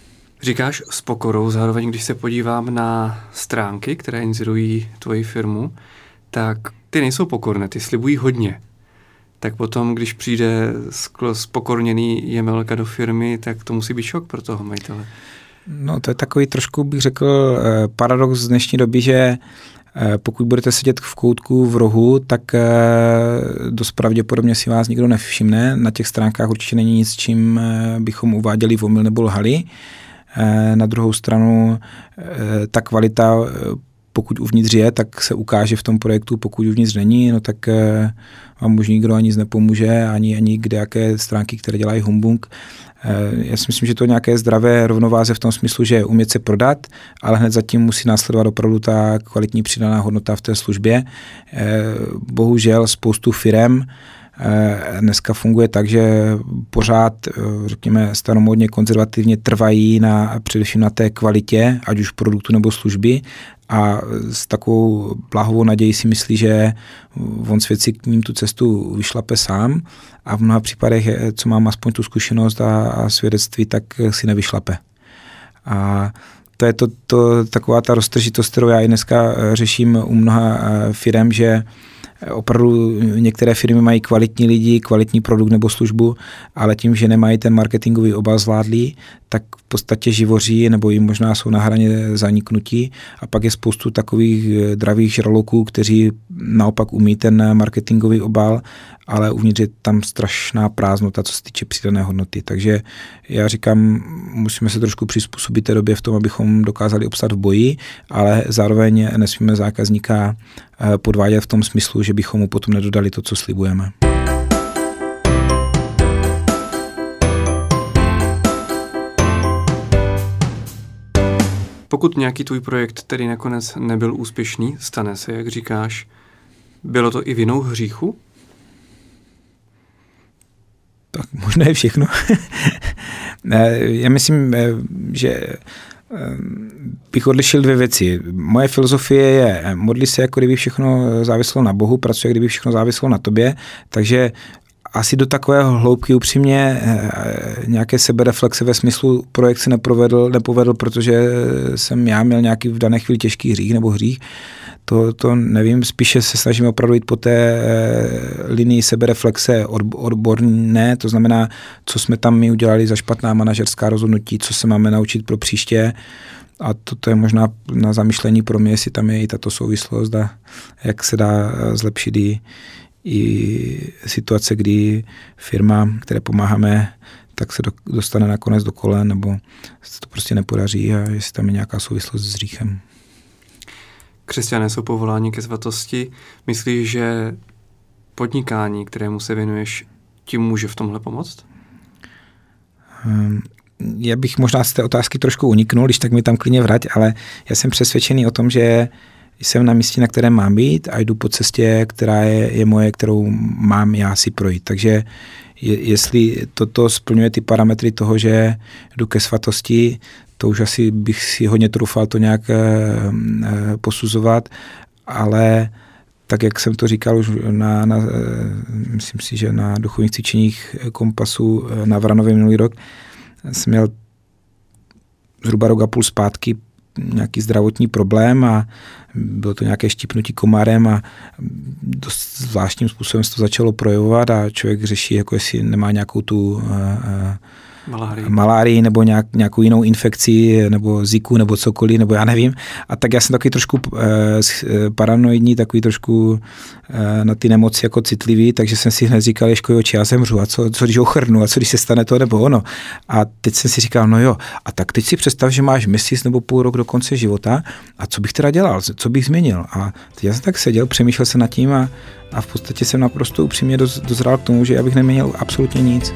A: Říkáš s pokorou, zároveň když se podívám na stránky, které inzerují tvoji firmu, tak ty nejsou pokorné, ty slibují hodně. Tak potom, když přijde spokorněný Jemelka do firmy, tak to musí být šok pro toho majitele.
B: No to je takový trošku, bych řekl, paradox z dnešní doby, že pokud budete sedět v koutku v rohu, tak dost pravděpodobně si vás nikdo nevšimne. Na těch stránkách určitě není nic, čím bychom uváděli omyl nebo lhali. Na druhou stranu ta kvalita, pokud uvnitř je, tak se ukáže v tom projektu, pokud uvnitř není, no tak vám už nikdo ani nic nepomůže, ani kde jaké stránky, které dělají humbung. Já si myslím, že to je nějaké zdravé rovnováze v tom smyslu, že umět se prodat, ale hned zatím musí následovat opravdu ta kvalitní přidaná hodnota v té službě. Bohužel spoustu firem dneska funguje tak, že pořád, řekněme, staromódně konzervativně trvají především na té kvalitě, ať už produktu nebo služby, a s takovou bláhovou nadějí si myslí, že on svět si k ním tu cestu vyšlape sám, a v mnoha případech, co mám aspoň tu zkušenost a svědectví, tak si nevyšlape. A to je taková ta roztržitost, kterou já i dneska řeším u mnoha firem, že opravdu některé firmy mají kvalitní lidi, kvalitní produkt nebo službu, ale tím, že nemají ten marketingový obal zvládlý, tak v podstatě živoří nebo jim možná jsou na hraně zaniknutí, a pak je spoustu takových dravých žraloků, kteří naopak umí ten marketingový obal, ale uvnitř je tam strašná prázdnota, co se týče přidané hodnoty. Takže já říkám, musíme se trošku přizpůsobit té době v tom, abychom dokázali obstát v boji, ale zároveň nesmíme zákazníka podvádět v tom smyslu, že bychom mu potom nedodali to, co slibujeme.
A: Pokud nějaký tvůj projekt tedy nakonec nebyl úspěšný, stane se, jak říkáš, bylo to i vinou hříchu?
B: Tak možná je všechno. Já myslím, že bych odlišil dvě věci. Moje filozofie je, modli se, jako kdyby všechno záviselo na Bohu, pracuje, kdyby všechno záviselo na tobě, takže asi do takového hloubky upřímně nějaké sebereflexe ve smyslu projekt se nepovedl, protože jsem já měl nějaký v dané chvíli těžký hřích nebo hřích. To nevím, spíše se snažím opravdu jít po té linii sebereflexe odborné, to znamená, co jsme tam my udělali za špatná manažerská rozhodnutí, co se máme naučit pro příště, a to je možná na zamyšlení pro mě, jestli tam je i tato souvislost a jak se dá zlepšit i situace, kdy firma, které pomáháme, tak se dostane nakonec do kolen, nebo se to prostě nepodaří, a jestli tam je nějaká souvislost s hříchem.
A: Křesťané jsou povoláni ke svatosti. Myslíš, že podnikání, kterému se věnuješ, ti může v tomhle pomoct?
B: Já bych možná z té otázky trošku uniknul, když tak mi tam klidně vrať, ale já jsem přesvědčený o tom, že jsem na místě, na kterém mám být, a jdu po cestě, která je moje, kterou mám já si projít. Takže jestli toto splňuje ty parametry toho, že jdu ke svatosti, to už asi bych si hodně trufal to nějak posuzovat, ale tak, jak jsem to říkal už myslím si, že na duchovních cvičeních Kompasu na Vranově minulý rok, jsem měl zhruba rok a půl zpátky nějaký zdravotní problém a bylo to nějaké štípnutí komárem a dost zvláštním způsobem se to začalo projevovat a člověk řeší, jako jestli nemá nějakou tu malárii nebo nějakou jinou infekci nebo ziku nebo cokoliv, nebo já nevím. A tak já jsem takový trošku paranoidní, takový trošku na ty nemoci jako citlivý, takže jsem si hned říkal, Ježko, já zemřu, a co když ochrnu, a co když se stane to nebo ono. A teď jsem si říkal, no jo, a tak teď si představ, že máš měsíc nebo půl rok do konce života, a co bych teda dělal, co bych změnil. A teď já jsem tak seděl, přemýšlel jsem nad tím a v podstatě jsem naprosto upřímně dozrál k tomu, že já bych neměnil absolutně nic.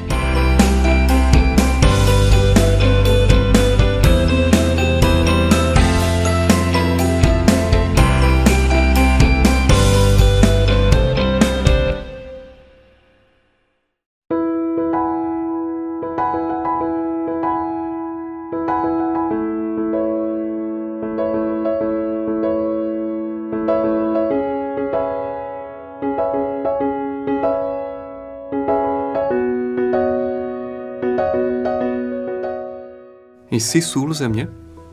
A: Jsi sůl země?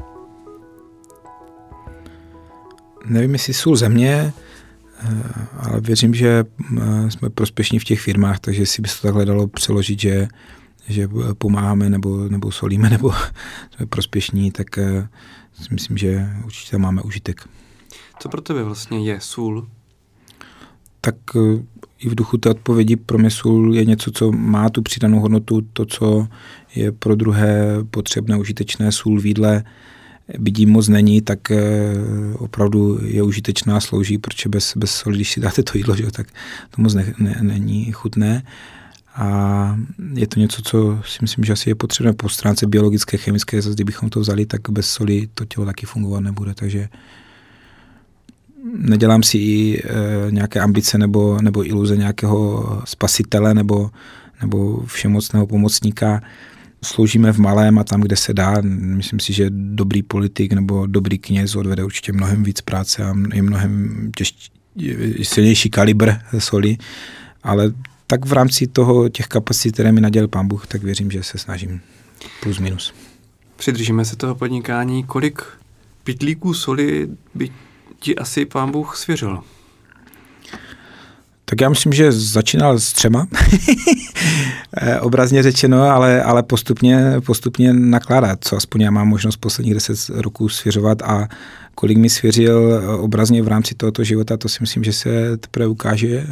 B: Nevím, jestli sůl země, ale věřím, že jsme prospěšní v těch firmách, takže si by se to takhle dalo přeložit, že pomáháme nebo solíme, nebo jsme prospěšní, tak si myslím, že určitě máme užitek.
A: Co pro tebe vlastně je sůl?
B: Tak i v duchu té odpovědi pro mě sůl je něco, co má tu přidanou hodnotu, to, co je pro druhé potřebné, užitečné. Sůl v jídle byť jí moc není, tak opravdu je užitečná, slouží, protože bez soli, když si dáte to jídlo, že, tak to moc není chutné. A je to něco, co si myslím, že asi je potřebné po stránce biologické, chemické, zase kdybychom to vzali, tak bez soli to tělo taky fungovat nebude, takže nedělám si i nějaké ambice nebo iluze nějakého spasitele nebo všemocného pomocníka. Sloužíme v malém a tam, kde se dá. Myslím si, že dobrý politik nebo dobrý kněz odvede určitě mnohem víc práce a je mnohem silnější kalibr soli, ale tak v rámci těch kapacit, které mi nadělil Pán Bůh, tak věřím, že se snažím plus minus.
A: Přidržíme se toho podnikání. Kolik pytlíků soli by ti asi Pán Bůh svěřil?
B: Tak já myslím, že začínal s 3, obrazně řečeno, ale postupně nakládat, co aspoň já mám možnost posledních 10 roků svěřovat a kolik mi svěřil obrazně v rámci tohoto života, to si myslím, že se teprve ukáže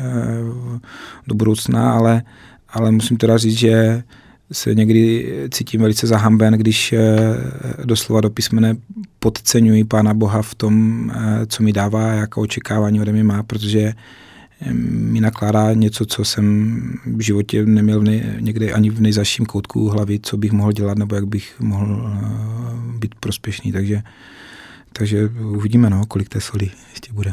B: do budoucna, ale musím teda říct, že se někdy cítím velice zahamben, když doslova do písmene podceňuji Pána Boha v tom, co mi dává, jaká očekávání ode mě má, protože mi nakládá něco, co jsem v životě neměl někde ani v nejzaším koutku hlavy, co bych mohl dělat, nebo jak bych mohl být prospěšný. Takže uvidíme, kolik té soli ještě bude.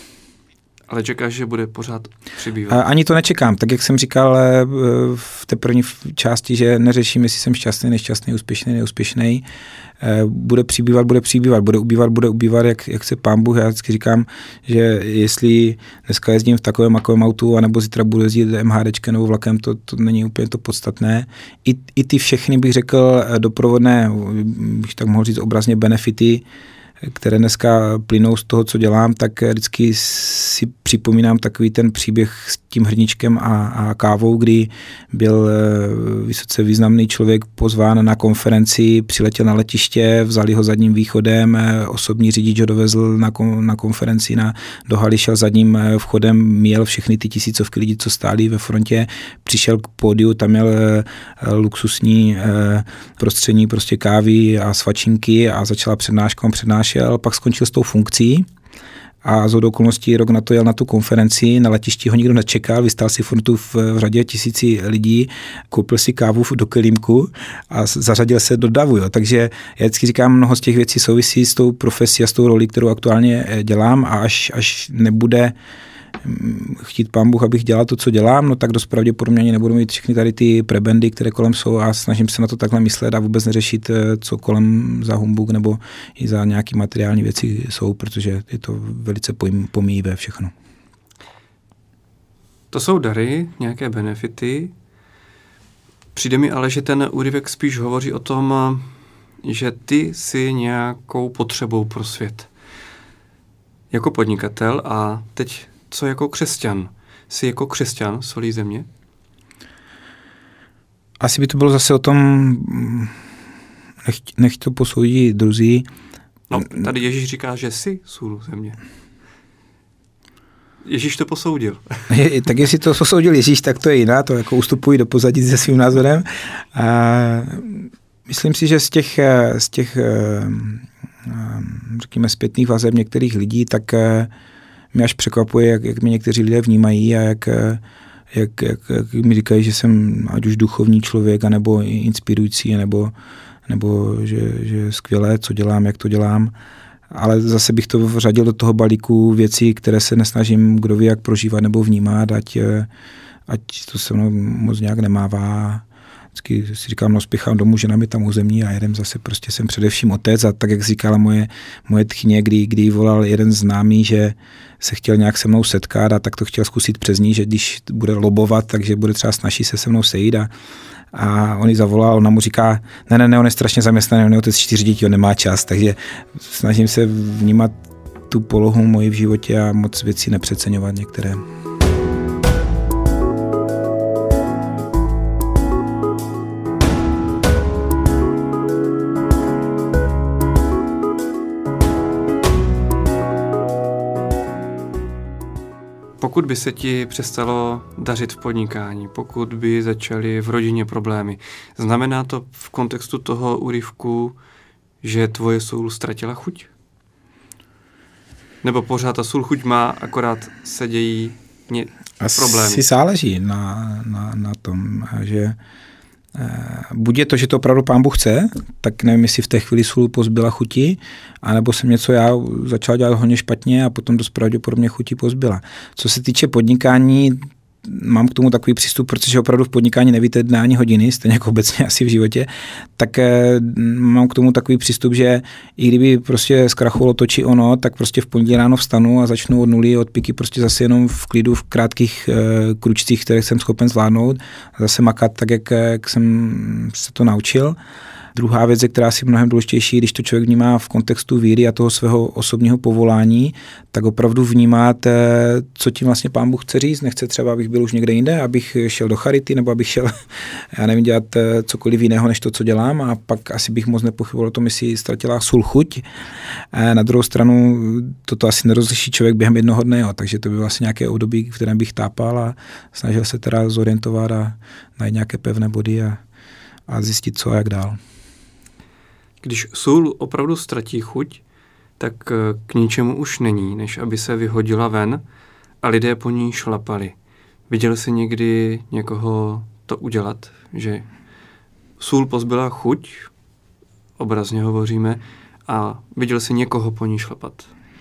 A: Ale čekáš, že bude pořád přibývat?
B: Ani to nečekám. Tak jak jsem říkal v té první části, že neřeším, jestli jsem šťastný, nešťastný, úspěšný, neúspěšný. Bude přibývat, bude ubývat, jak se Pán Bůh. Já vždycky říkám, že jestli dneska jezdím v takovém autu, anebo zítra budu jezdit MHDčkem nebo vlakem, to není úplně to podstatné. I ty všechny, bych řekl, doprovodné, bych tak mohl říct obrazně, benefity, které dneska plynou z toho, co dělám, tak vždycky si připomínám takový ten příběh s tím hrníčkem a kávou, kdy byl vysoce významný člověk pozván na konferenci, přiletěl na letiště, vzali ho zadním východem, osobní řidič ho dovezl na konferenci do haly, šel zadním vchodem, měl všechny ty tisícovky lidí, co stáli ve frontě, přišel k pódiu, tam měl luxusní prostřední prostě kávy a svačinky a začala přednáška, přednášel, pak skončil s tou funkcí a z okolností rok na to jel na tu konferenci, na letišti ho nikdo nečekal, vystál si frontu v řadě tisíci lidí, koupil si kávu do kelímku a zařadil se do davu. Jo. Takže já vždycky říkám, mnoho z těch věcí souvisí s tou profesí a s tou roli, kterou aktuálně dělám a až nebude chtít Pán Bůh, abych dělal to, co dělám, no tak dost pravděpodobně ani nebudu mít všechny tady ty prebendy, které kolem jsou a snažím se na to takhle myslet a vůbec neřešit, co kolem za humbuk nebo i za nějaké materiální věci jsou, protože je to velice pomíjivé všechno.
A: To jsou dary, nějaké benefity. Přijde mi ale, že ten úryvek spíš hovoří o tom, že ty jsi nějakou potřebou pro svět. Jako podnikatel a teď co jako křesťan? Jsi jako křesťan solí země? Asi
B: by to bylo zase o tom, nech to posoudí druzí.
A: No, tady Ježíš říká, že jsi sůl země. Ježíš to posoudil.
B: Tak jestli to posoudil Ježíš, tak to je jiná, to jako ustupují do pozadí se svým názorem. A myslím si, že z těch řekněme zpětných vazeb některých lidí, tak mě až překvapuje, jak mě někteří lidé vnímají a jak mi říkají, že jsem ať už duchovní člověk, anebo inspirující, nebo že skvělé, co dělám, jak to dělám. Ale zase bych to vřadil do toho balíku věcí, které se nesnažím kdo ví jak prožívat nebo vnímat, ať to se mnou moc nějak nemává. vždycky si říkám, no spěchám domů, žena mi tam uzemní a jedem zase prostě jsem především otec a tak, jak říkala moje tchyně, kdy volal jeden známý, že se chtěl nějak se mnou setkat a tak to chtěl zkusit přes ní, že když bude lobovat, takže bude třeba snaží se mnou sejít a on ji zavolal, ona mu říká, ne, on je strašně zaměstnaný, on je otec 4 dětí, on nemá čas, takže snažím se vnímat tu polohu moji v životě a moc věcí nepřeceňovat některé.
A: Pokud by se ti přestalo dařit v podnikání, pokud by začaly v rodině problémy, znamená to v kontextu toho úryvku, že tvoje sůl ztratila chuť? Nebo pořád ta sůl chuť má, akorát se dějí problémy?
B: Asi záleží na tom, že buď je to, že to opravdu Pán Bůh chce, tak nevím, jestli v té chvíli sůl pozbyla chuti, anebo jsem něco já začal dělat hodně špatně a potom dost pravděpodobně chuti pozbyla. Co se týče podnikání, mám k tomu takový přístup, protože opravdu v podnikání nevíte dne ani hodiny, stejně jako obecně asi v životě, tak mám k tomu takový přístup, že i kdyby prostě zkrachovalo to či ono, tak prostě v pondělí ráno vstanu a začnu od nuly, od piky prostě zase jenom v klidu, v krátkých kručcích, které jsem schopen zvládnout a zase makat tak, jak jsem se to naučil. Druhá věc, která je mnohem důležitější, když to člověk vnímá v kontextu víry a toho svého osobního povolání, tak opravdu vnímat, co tím vlastně Pán Bůh chce říct. Nechce třeba, abych byl už někde jinde, abych šel do charity, nebo abych šel, já nevím, dělat cokoliv jiného, než to, co dělám, a pak asi bych moc nepochyboval o tom, jestli ztratila sůl chuť. Na druhou stranu toto asi nerozliší člověk během jednoho dne, takže to by vlastně nějaké období, v kterém bych tápal a snažil se teda zorientovat a najít nějaké pevné body a zjistit, co a jak dál.
A: Když sůl opravdu ztratí chuť, tak k ničemu už není, než aby se vyhodila ven a lidé po ní šlapali. Viděl jsi někdy někoho to udělat, že sůl pozbyla chuť, obrazně hovoříme, a viděl jsi někoho po ní šlapat?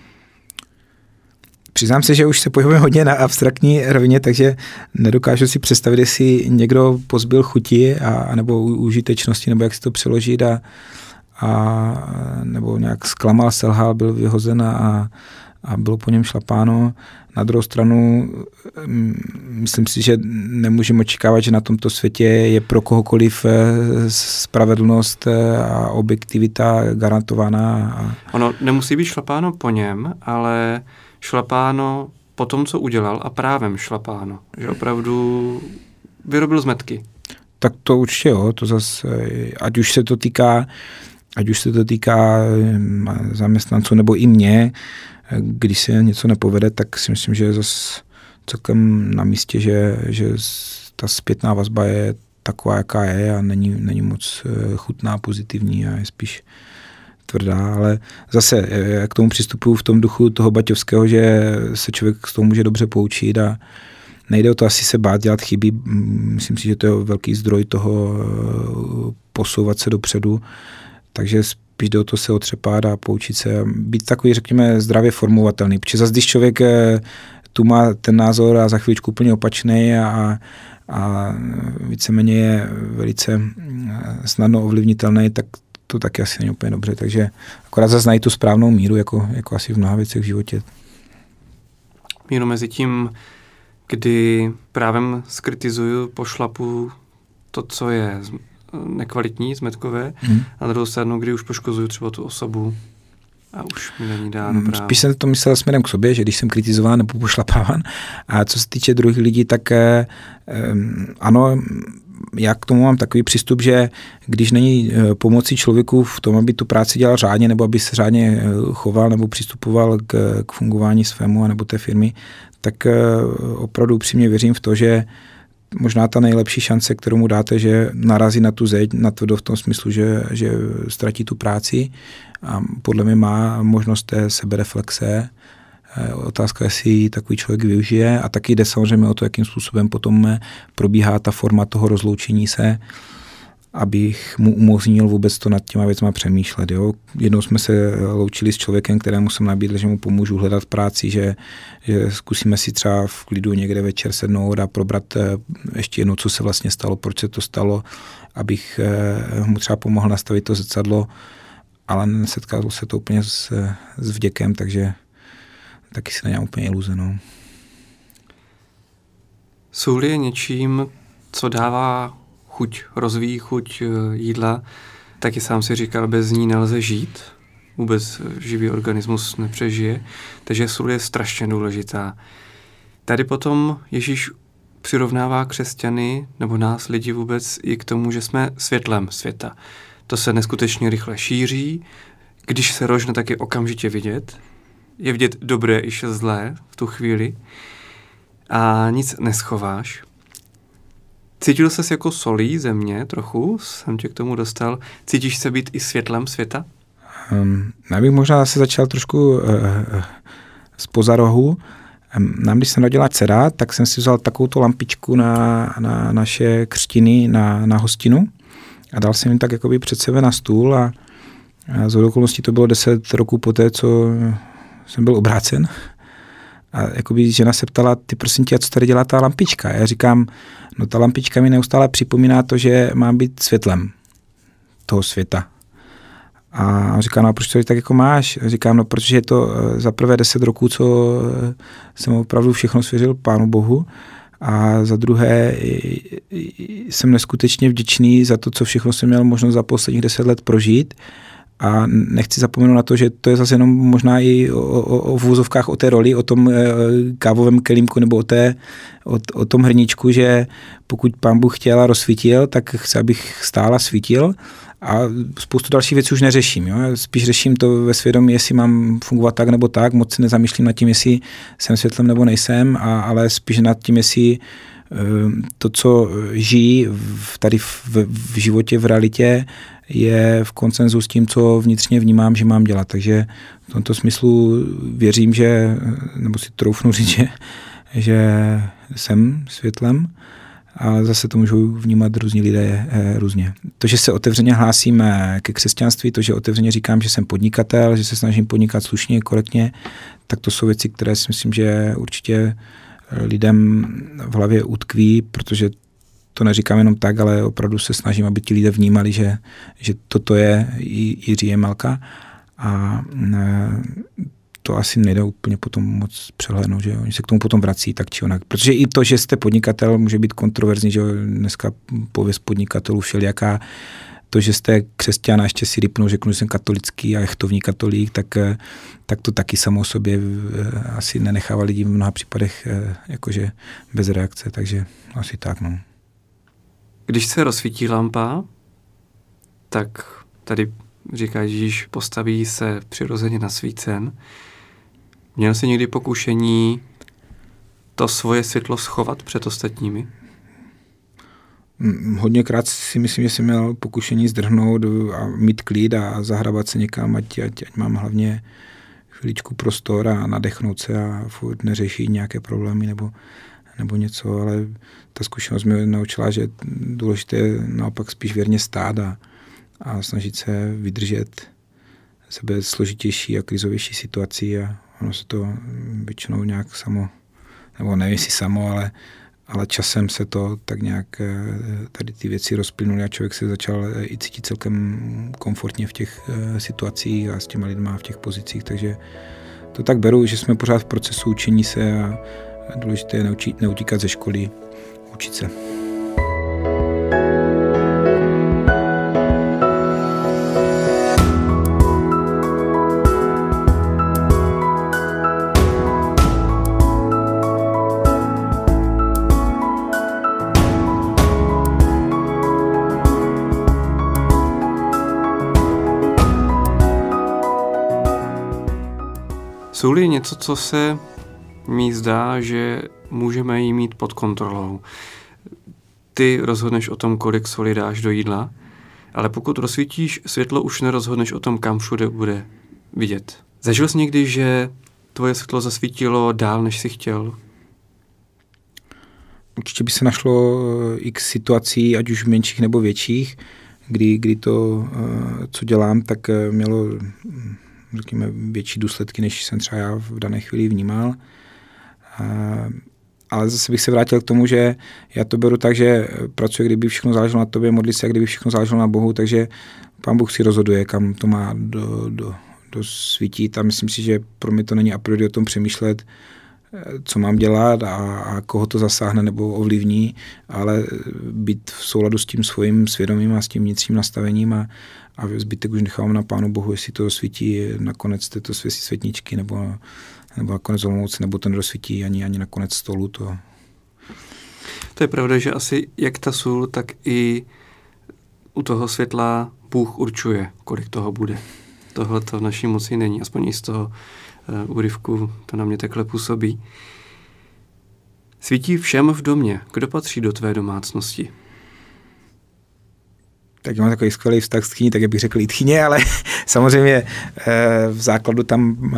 B: Přiznám se, že už se pohybujeme hodně na abstraktní rovině, takže nedokážu si představit, jestli někdo pozbyl chuti a nebo užitečnosti, nebo jak si to přeložit a nebo nějak zklamal, selhal, byl vyhozen a bylo po něm šlapáno. Na druhou stranu myslím si, že nemůžeme očekávat, že na tomto světě je pro kohokoliv spravedlnost a objektivita garantovaná.
A: Ono nemusí být šlapáno po něm, ale šlapáno po tom, co udělal, a právem šlapáno. Že opravdu vyrobil zmetky.
B: Tak to určitě jo, to zase, ať už se to týká zaměstnanců nebo i mě, když se něco nepovede, tak si myslím, že je zase celkem na místě, že ta zpětná vazba je taková, jaká je a není moc chutná, pozitivní a je spíš tvrdá, ale zase k tomu přistupuju v tom duchu toho baťovského, že se člověk z toho může dobře poučit a nejde o to asi se bát dělat chyby. Myslím si, že to je velký zdroj toho posouvat se dopředu, takže spíš jde o to se otřepat a poučit se a být takový, řekněme, zdravě formovatelný, protože zase když člověk tu má ten názor a za chvíličku úplně opačný a víceméně je velice snadno ovlivnitelný, tak to taky asi není úplně dobře, takže akorát zase najít tu správnou míru, jako asi v mnoha věcech v životě.
A: Míru mezi tím, kdy právem skritizuju, pošlapu to, co je nekvalitní, zmetkové, a na druhou stranu, kdy už poškozuju třeba tu osobu a už mi není dáno právo.
B: Spíš jsem to myslel směrem k sobě, že když jsem kritizován nebo pošlapáván. A co se týče druhých lidí, tak ano, já k tomu mám takový přístup, že když není pomocí člověku v tom, aby tu práci dělal řádně, nebo aby se řádně choval nebo přistupoval k fungování svému nebo té firmy, tak opravdu upřímně věřím v to, že možná ta nejlepší šance, kterou mu dáte, že narazí na tu zeď, na tvrdo v tom smyslu, že ztratí tu práci a podle mě má možnost té sebereflexe. Otázka, jestli takový člověk využije, a taky jde samozřejmě o to, jakým způsobem potom probíhá ta forma toho rozloučení se. abych mu umožnil vůbec to nad těma věcma přemýšlet. Jo. Jednou jsme se loučili s člověkem, kterému jsem nabídl, že mu pomůžu hledat práci, že zkusíme si třeba v klidu někde večer sednout a probrat ještě jednou, co se vlastně stalo, proč se to stalo, abych mu třeba pomohl nastavit to zrcadlo, ale nesetkalo se to úplně s vděkem, takže taky se nedělám úplně iluze. No.
A: Sůl je něčím, co dává chuť, rozvíjí chuť jídla, taky sám si říkal, bez ní nelze žít, vůbec živý organismus nepřežije, takže sůl je strašně důležitá. Tady potom Ježíš přirovnává křesťany nebo nás lidi vůbec i k tomu, že jsme světlem světa. To se neskutečně rychle šíří, když se rožne, tak je okamžitě vidět. Je vidět dobré i zlé v tu chvíli a nic neschováš. Cítil ses jako solí země trochu, jsem tě k tomu dostal. Cítíš se být i světlem světa?
B: Já bych možná zase začal trošku zpoza rohu. Nám, když jsem rodila dcera, tak jsem si vzal takovouto lampičku na naše křtiny, na hostinu a dal jsem jim tak jakoby před sebe na stůl a z okolností to bylo 10 roků poté, co jsem byl obrácen. A jakoby žena se ptala, ty prosím tě, co tady dělá ta lampička? A já říkám, no ta lampička mi neustále připomíná to, že mám být světlem toho světa. A on říká, no a proč to tak jako máš? A říkám, no protože je to za prvé 10 roků, co jsem opravdu všechno svěřil Pánu Bohu a za druhé jsem neskutečně vděčný za to, co všechno jsem měl možnost za posledních 10 let prožít. A nechci zapomenout na to, že to je zase jenom možná i o vůzovkách, o té roli, o tom kávovém kelímku nebo o tom hrníčku, že pokud Pán Bůh chtěl a rozsvítil, tak chce, abych stál a svítil a spoustu dalších věcí už neřeším. Jo? Spíš řeším to ve svědomí, jestli mám fungovat tak nebo tak, moc se nezamýšlím nad tím, jestli jsem světlem nebo nejsem, ale spíš nad tím, jestli to, co žijí tady v životě, v realitě, je v konsenzu s tím, co vnitřně vnímám, že mám dělat. Takže v tomto smyslu věřím, nebo si troufnu říct, že jsem světlem, ale zase to můžou vnímat různí lidé různě. To, že se otevřeně hlásím ke křesťanství, to, že otevřeně říkám, že jsem podnikatel, že se snažím podnikat slušně, korektně, tak to jsou věci, které si myslím, že určitě lidem v hlavě utkví, protože to neříkám jenom tak, ale opravdu se snažím, aby ti lidé vnímali, že toto je Jiří Jemelka a to asi nejde úplně potom moc přehlédnout, že oni se k tomu potom vrací tak či onak. Protože i to, že jste podnikatel, může být kontroverzní, že dneska pověst podnikatelů všelijaká. To, že jste křesťan a ještě si rýpnou, řeknu, že jsem katolický a jechtovní katolík, tak to taky samo o sobě asi nenechává lidi v mnoha případech jakože bez reakce, takže asi tak, no.
A: Když se rozsvítí lampa, tak tady říká Ježíš, postaví se přirozeně nasvícen. Měl jsi někdy pokušení to svoje světlo schovat před ostatními?
B: Hodněkrát si myslím, že jsem měl pokušení zdrhnout a mít klid a zahrabat se někam, ať mám hlavně chviličku prostor a nadechnout se a furt neřešit nějaké problémy nebo něco, ale ta zkušenost mě naučila, že důležité je naopak spíš věrně stát a snažit se vydržet sebe složitější a krizovější situací a ono se to většinou nějak samo, nebo nevím jestli samo, ale časem se to tak nějak tady ty věci rozplynuly a člověk se začal i cítit celkem komfortně v těch situacích a s těma lidma v těch pozicích, takže to tak beru, že jsme pořád v procesu učení se a důležité je neutíkat ze školy, učit se.
A: Sůl je něco, co se mi zdá, že můžeme jí mít pod kontrolou. Ty rozhodneš o tom, kolik soli dáš do jídla, ale pokud rozsvítíš světlo, už nerozhodneš o tom, kam všude bude vidět. Zažil jsi někdy, že tvoje světlo zasvítilo dál, než jsi chtěl?
B: určitě by se našlo x situací, ať už menších nebo větších, kdy to, co dělám, tak mělo, řekněme, větší důsledky, než jsem třeba já v dané chvíli vnímal. Ale zase bych se vrátil k tomu, že já to beru tak, že pracuji, kdyby všechno záleželo na tobě, modlit se, kdyby všechno záleželo na Bohu, takže Pán Bůh si rozhoduje, kam to má dosvítit a myslím si, že pro mě to není a priori o tom přemýšlet, co mám dělat a koho to zasáhne nebo ovlivní, ale být v souladu s tím svým svědomím a s tím vnitřním nastavením a zbytek už nechávám na Pánu Bohu, jestli to svítí nakonec této světničky nebo nakonec Olomouce, nebo to nedosvítí ani nakonec stolu. To
A: je pravda, že asi jak ta sůl, tak i u toho světla Bůh určuje, kolik toho bude. Tohle to v naší moci není, aspoň i z toho úryvku to na mě takhle působí. Svítí všem v domě. Kdo patří do tvé domácnosti?
B: Tak mám takový skvělý vztah s tchyní, tak bych řekl i tchyně, ale samozřejmě v základu tam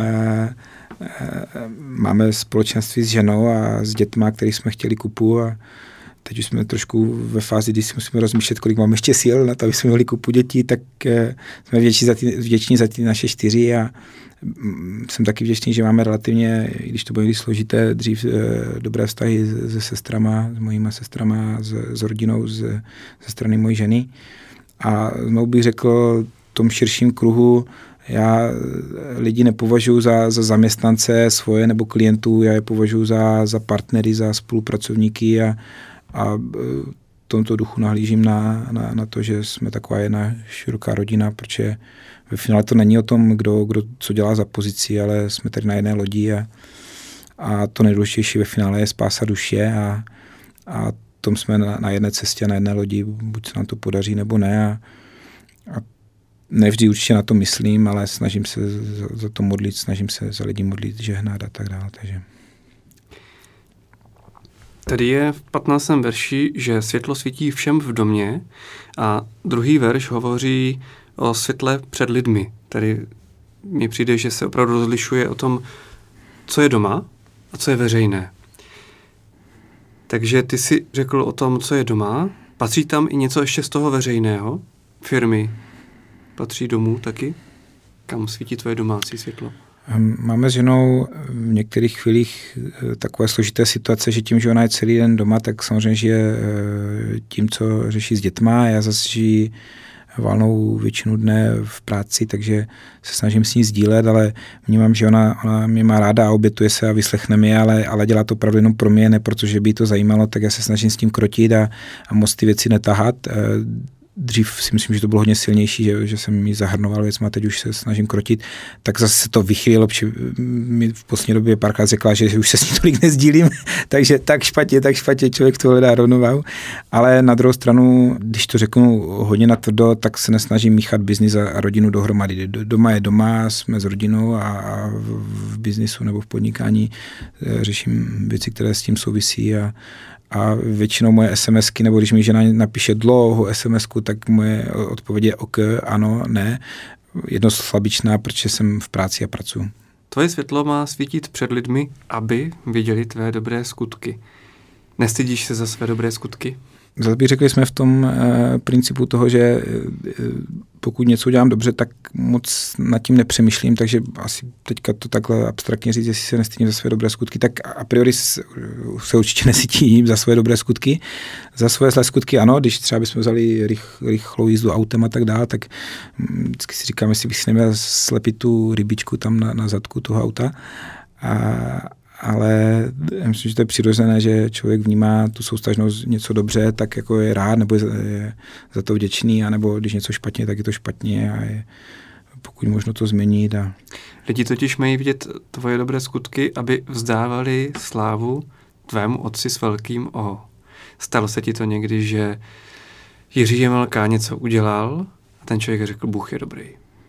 B: máme společenství s ženou a s dětma, který jsme chtěli kupu a teď už jsme trošku ve fázi, kdy si musíme rozmýšlet, kolik máme ještě sil na to, aby jsme měli kupu dětí, tak jsme vděční za ty naše 4 a jsem taky vděčný, že máme relativně, i když to bylo někdy složité, dřív dobré vztahy se sestrama, s mojíma sestrama, s rodinou, ze strany mojí ženy. A znovu bych řekl, v tom širším kruhu já lidi nepovažuji za zaměstnance svoje nebo klientů, já je považuji za partnery, za spolupracovníky a v tomto duchu nahlížím na to, že jsme taková jedna široká rodina, protože ve finále to není o tom, kdo co dělá za pozici, ale jsme tady na jedné lodi a to nejdůležitější ve finále je spása duše a tom jsme na jedné cestě, na jedné lodi, buď se nám to podaří nebo ne a nevždy určitě na to myslím, ale snažím se za to modlit, snažím se za lidi modlit, žehnat a tak dále. Takže.
A: Tady je v 15. verši, že světlo svítí všem v domě a druhý verš hovoří o světle před lidmi. Tady mi přijde, že se opravdu rozlišuje o tom, co je doma a co je veřejné. Takže ty si řekl o tom, co je doma. Patří tam i něco ještě z toho veřejného? Firmy patří domů taky? Kam svítí tvoje domácí světlo?
B: Máme s ženou v některých chvílích takové složité situace, že tím, že ona je celý den doma, tak samozřejmě žije tím, co řeší s dětma. Já zase žiji valnou většinu dne v práci, takže se snažím s ní sdílet, ale vnímám, že ona mě má ráda a obětuje se a vyslechne mě, ale dělá to opravdu jenom pro mě, ne protože by to zajímalo, tak já se snažím s tím krotit a moc ty věci netahat. Dřív si myslím, že to bylo hodně silnější, že jsem ji zahrnoval věcma, teď už se snažím krotit, tak zase se to vychýlilo, protože mi v poslední době párkrát řekla, že už se s ní tolik nezdílím, takže tak špatně člověk to hledá rovnováhu. Ale na druhou stranu, když to řeknu hodně natvrdo, tak se nesnažím míchat biznis a rodinu dohromady. Doma je doma, jsme s rodinou a v biznisu nebo v podnikání řeším věci, které s tím souvisí a většinou moje SMSky, nebo když mi žena napíše dlouhou SMSku, tak moje odpověď je ok, ano, ne. Jednoslabičná, protože jsem v práci a pracuji.
A: Tvoje světlo má svítit před lidmi, aby viděli tvé dobré skutky. Nestydíš se za své dobré skutky?
B: Zase bych řekl, že jsme v tom principu toho, že pokud něco dělám dobře, tak moc nad tím nepřemýšlím, takže asi teďka to takhle abstraktně říct, jestli se nestydím za své dobré skutky, tak a priori se určitě necítím za své dobré skutky. Za své zlé skutky ano, když třeba bychom vzali rychlou jízdu autem a tak dále, tak vždycky si říkám, jestli bych si neměl slepit tu rybičku tam na zadku toho auta. Ale já myslím, že to je přirozené, že člověk vnímá tu souvztažnost něco dobře, tak jako je rád, nebo je za to vděčný, anebo když něco špatně, tak je to špatně a je pokud možno to změnit.
A: Lidi totiž mají vidět tvoje dobré skutky, aby vzdávali slávu tvému otci s velkým O. Stalo se ti to někdy, že Jiří Jemelka něco udělal a ten člověk řekl, Bůh je dobrý?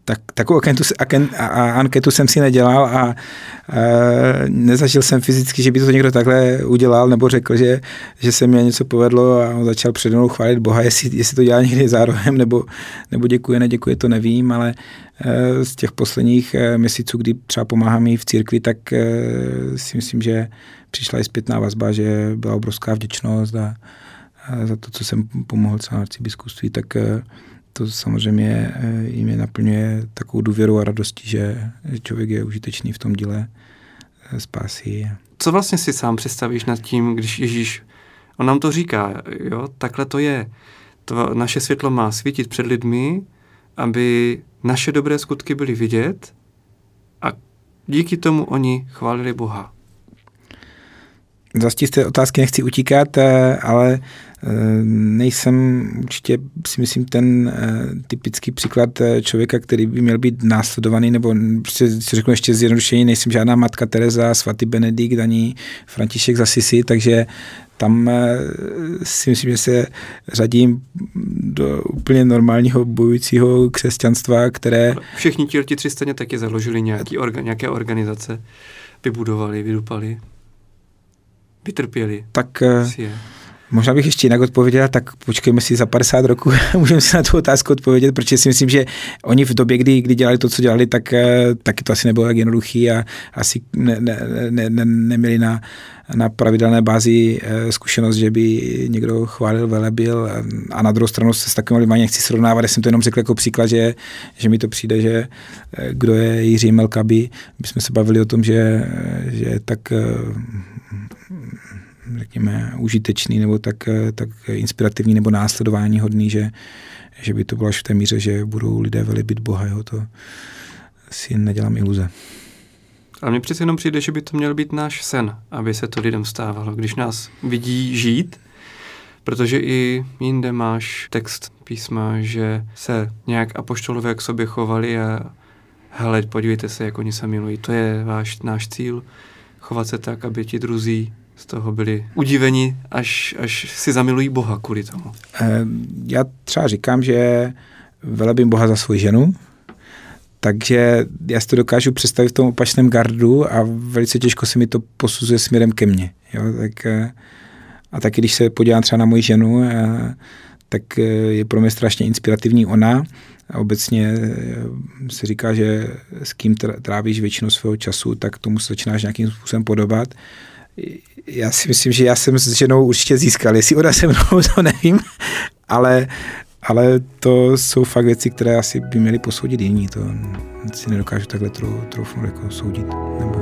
B: Takovou anketu jsem si nedělal a nezažil jsem fyzicky, že by to někdo takhle udělal nebo řekl, že se mi něco povedlo a on začal přede mnou chválit Boha, jestli to dělá někdy zároveň nebo děkuje, neděkuje, to nevím, ale z těch posledních měsíců, kdy třeba pomáhám i v církvi, tak si myslím, že přišla i zpětná vazba, že byla obrovská vděčnost a za to, co jsem pomohl celé arcibiskupství, tak to samozřejmě jim naplňuje takovou důvěru a radostí, že člověk je užitečný v tom díle spásy.
A: Co vlastně si sám představíš nad tím, když Ježíš, on nám to říká, jo, takhle to je. Naše světlo má svítit před lidmi, aby naše dobré skutky byly vidět a díky tomu oni chválili Boha.
B: Zase z té otázky nechci utíkat, ale nejsem určitě, si myslím, ten typický příklad člověka, který by měl být následovaný, nebo si řeknu ještě zjednodušení, nejsem žádná matka Teresa, svatý Benedikt, ani František z Assisi, takže tam si myslím, že se řadím do úplně normálního bojujícího křesťanstva, které...
A: Všichni ti 300 taky založili nějaké organizace, vybudovali, vydupali, vytrpěli.
B: Tak možná bych ještě jinak odpověděl, tak počkejme si za 50 roků, můžeme si na tu otázku odpovědět, protože si myslím, že oni v době, kdy dělali to, co dělali, tak taky to asi nebylo tak jednoduchý a asi neměli na pravidelné bázi zkušenost, že by někdo chválil, velebil a na druhou stranu se s takovým lidmi nechci srovnávat, já jsem to jenom řekl jako příklad, že mi to přijde, že kdo je Jiří Melkaby, my jsme se bavili o tom, že je tak řekněme užitečný nebo tak inspirativní nebo následování hodný, že by to bylo až v té míře, že budou lidé velebit Boha, jo, to si nedělám iluze.
A: Ale mně přece jenom přijde, že by to měl být náš sen, aby se to lidem stávalo, když nás vidí žít, protože i jinde máš text písma, že se nějak apoštolové k sobě chovali a hele, podívejte se, jak oni se milují. To je náš cíl, chovat se tak, aby ti druzí z toho byli udiveni, až si zamilují Boha kvůli tomu.
B: Já třeba říkám, že velebím Boha za svou ženu, takže já si to dokážu představit v tom opačném gardu a velice těžko se mi to posuzuje směrem ke mně. Jo? A taky když se podívám třeba na moji ženu, tak je pro mě strašně inspirativní ona. A obecně se říká, že s kým trávíš většinu svého času, tak tomu se začínáš nějakým způsobem podobat. Já si myslím, že já jsem s ženou určitě získal. Jestli ona se mnou, to nevím, ale to jsou fakt věci, které asi by měli posoudit jiní. To si nedokážu takhle troufnout jako soudit. Nebo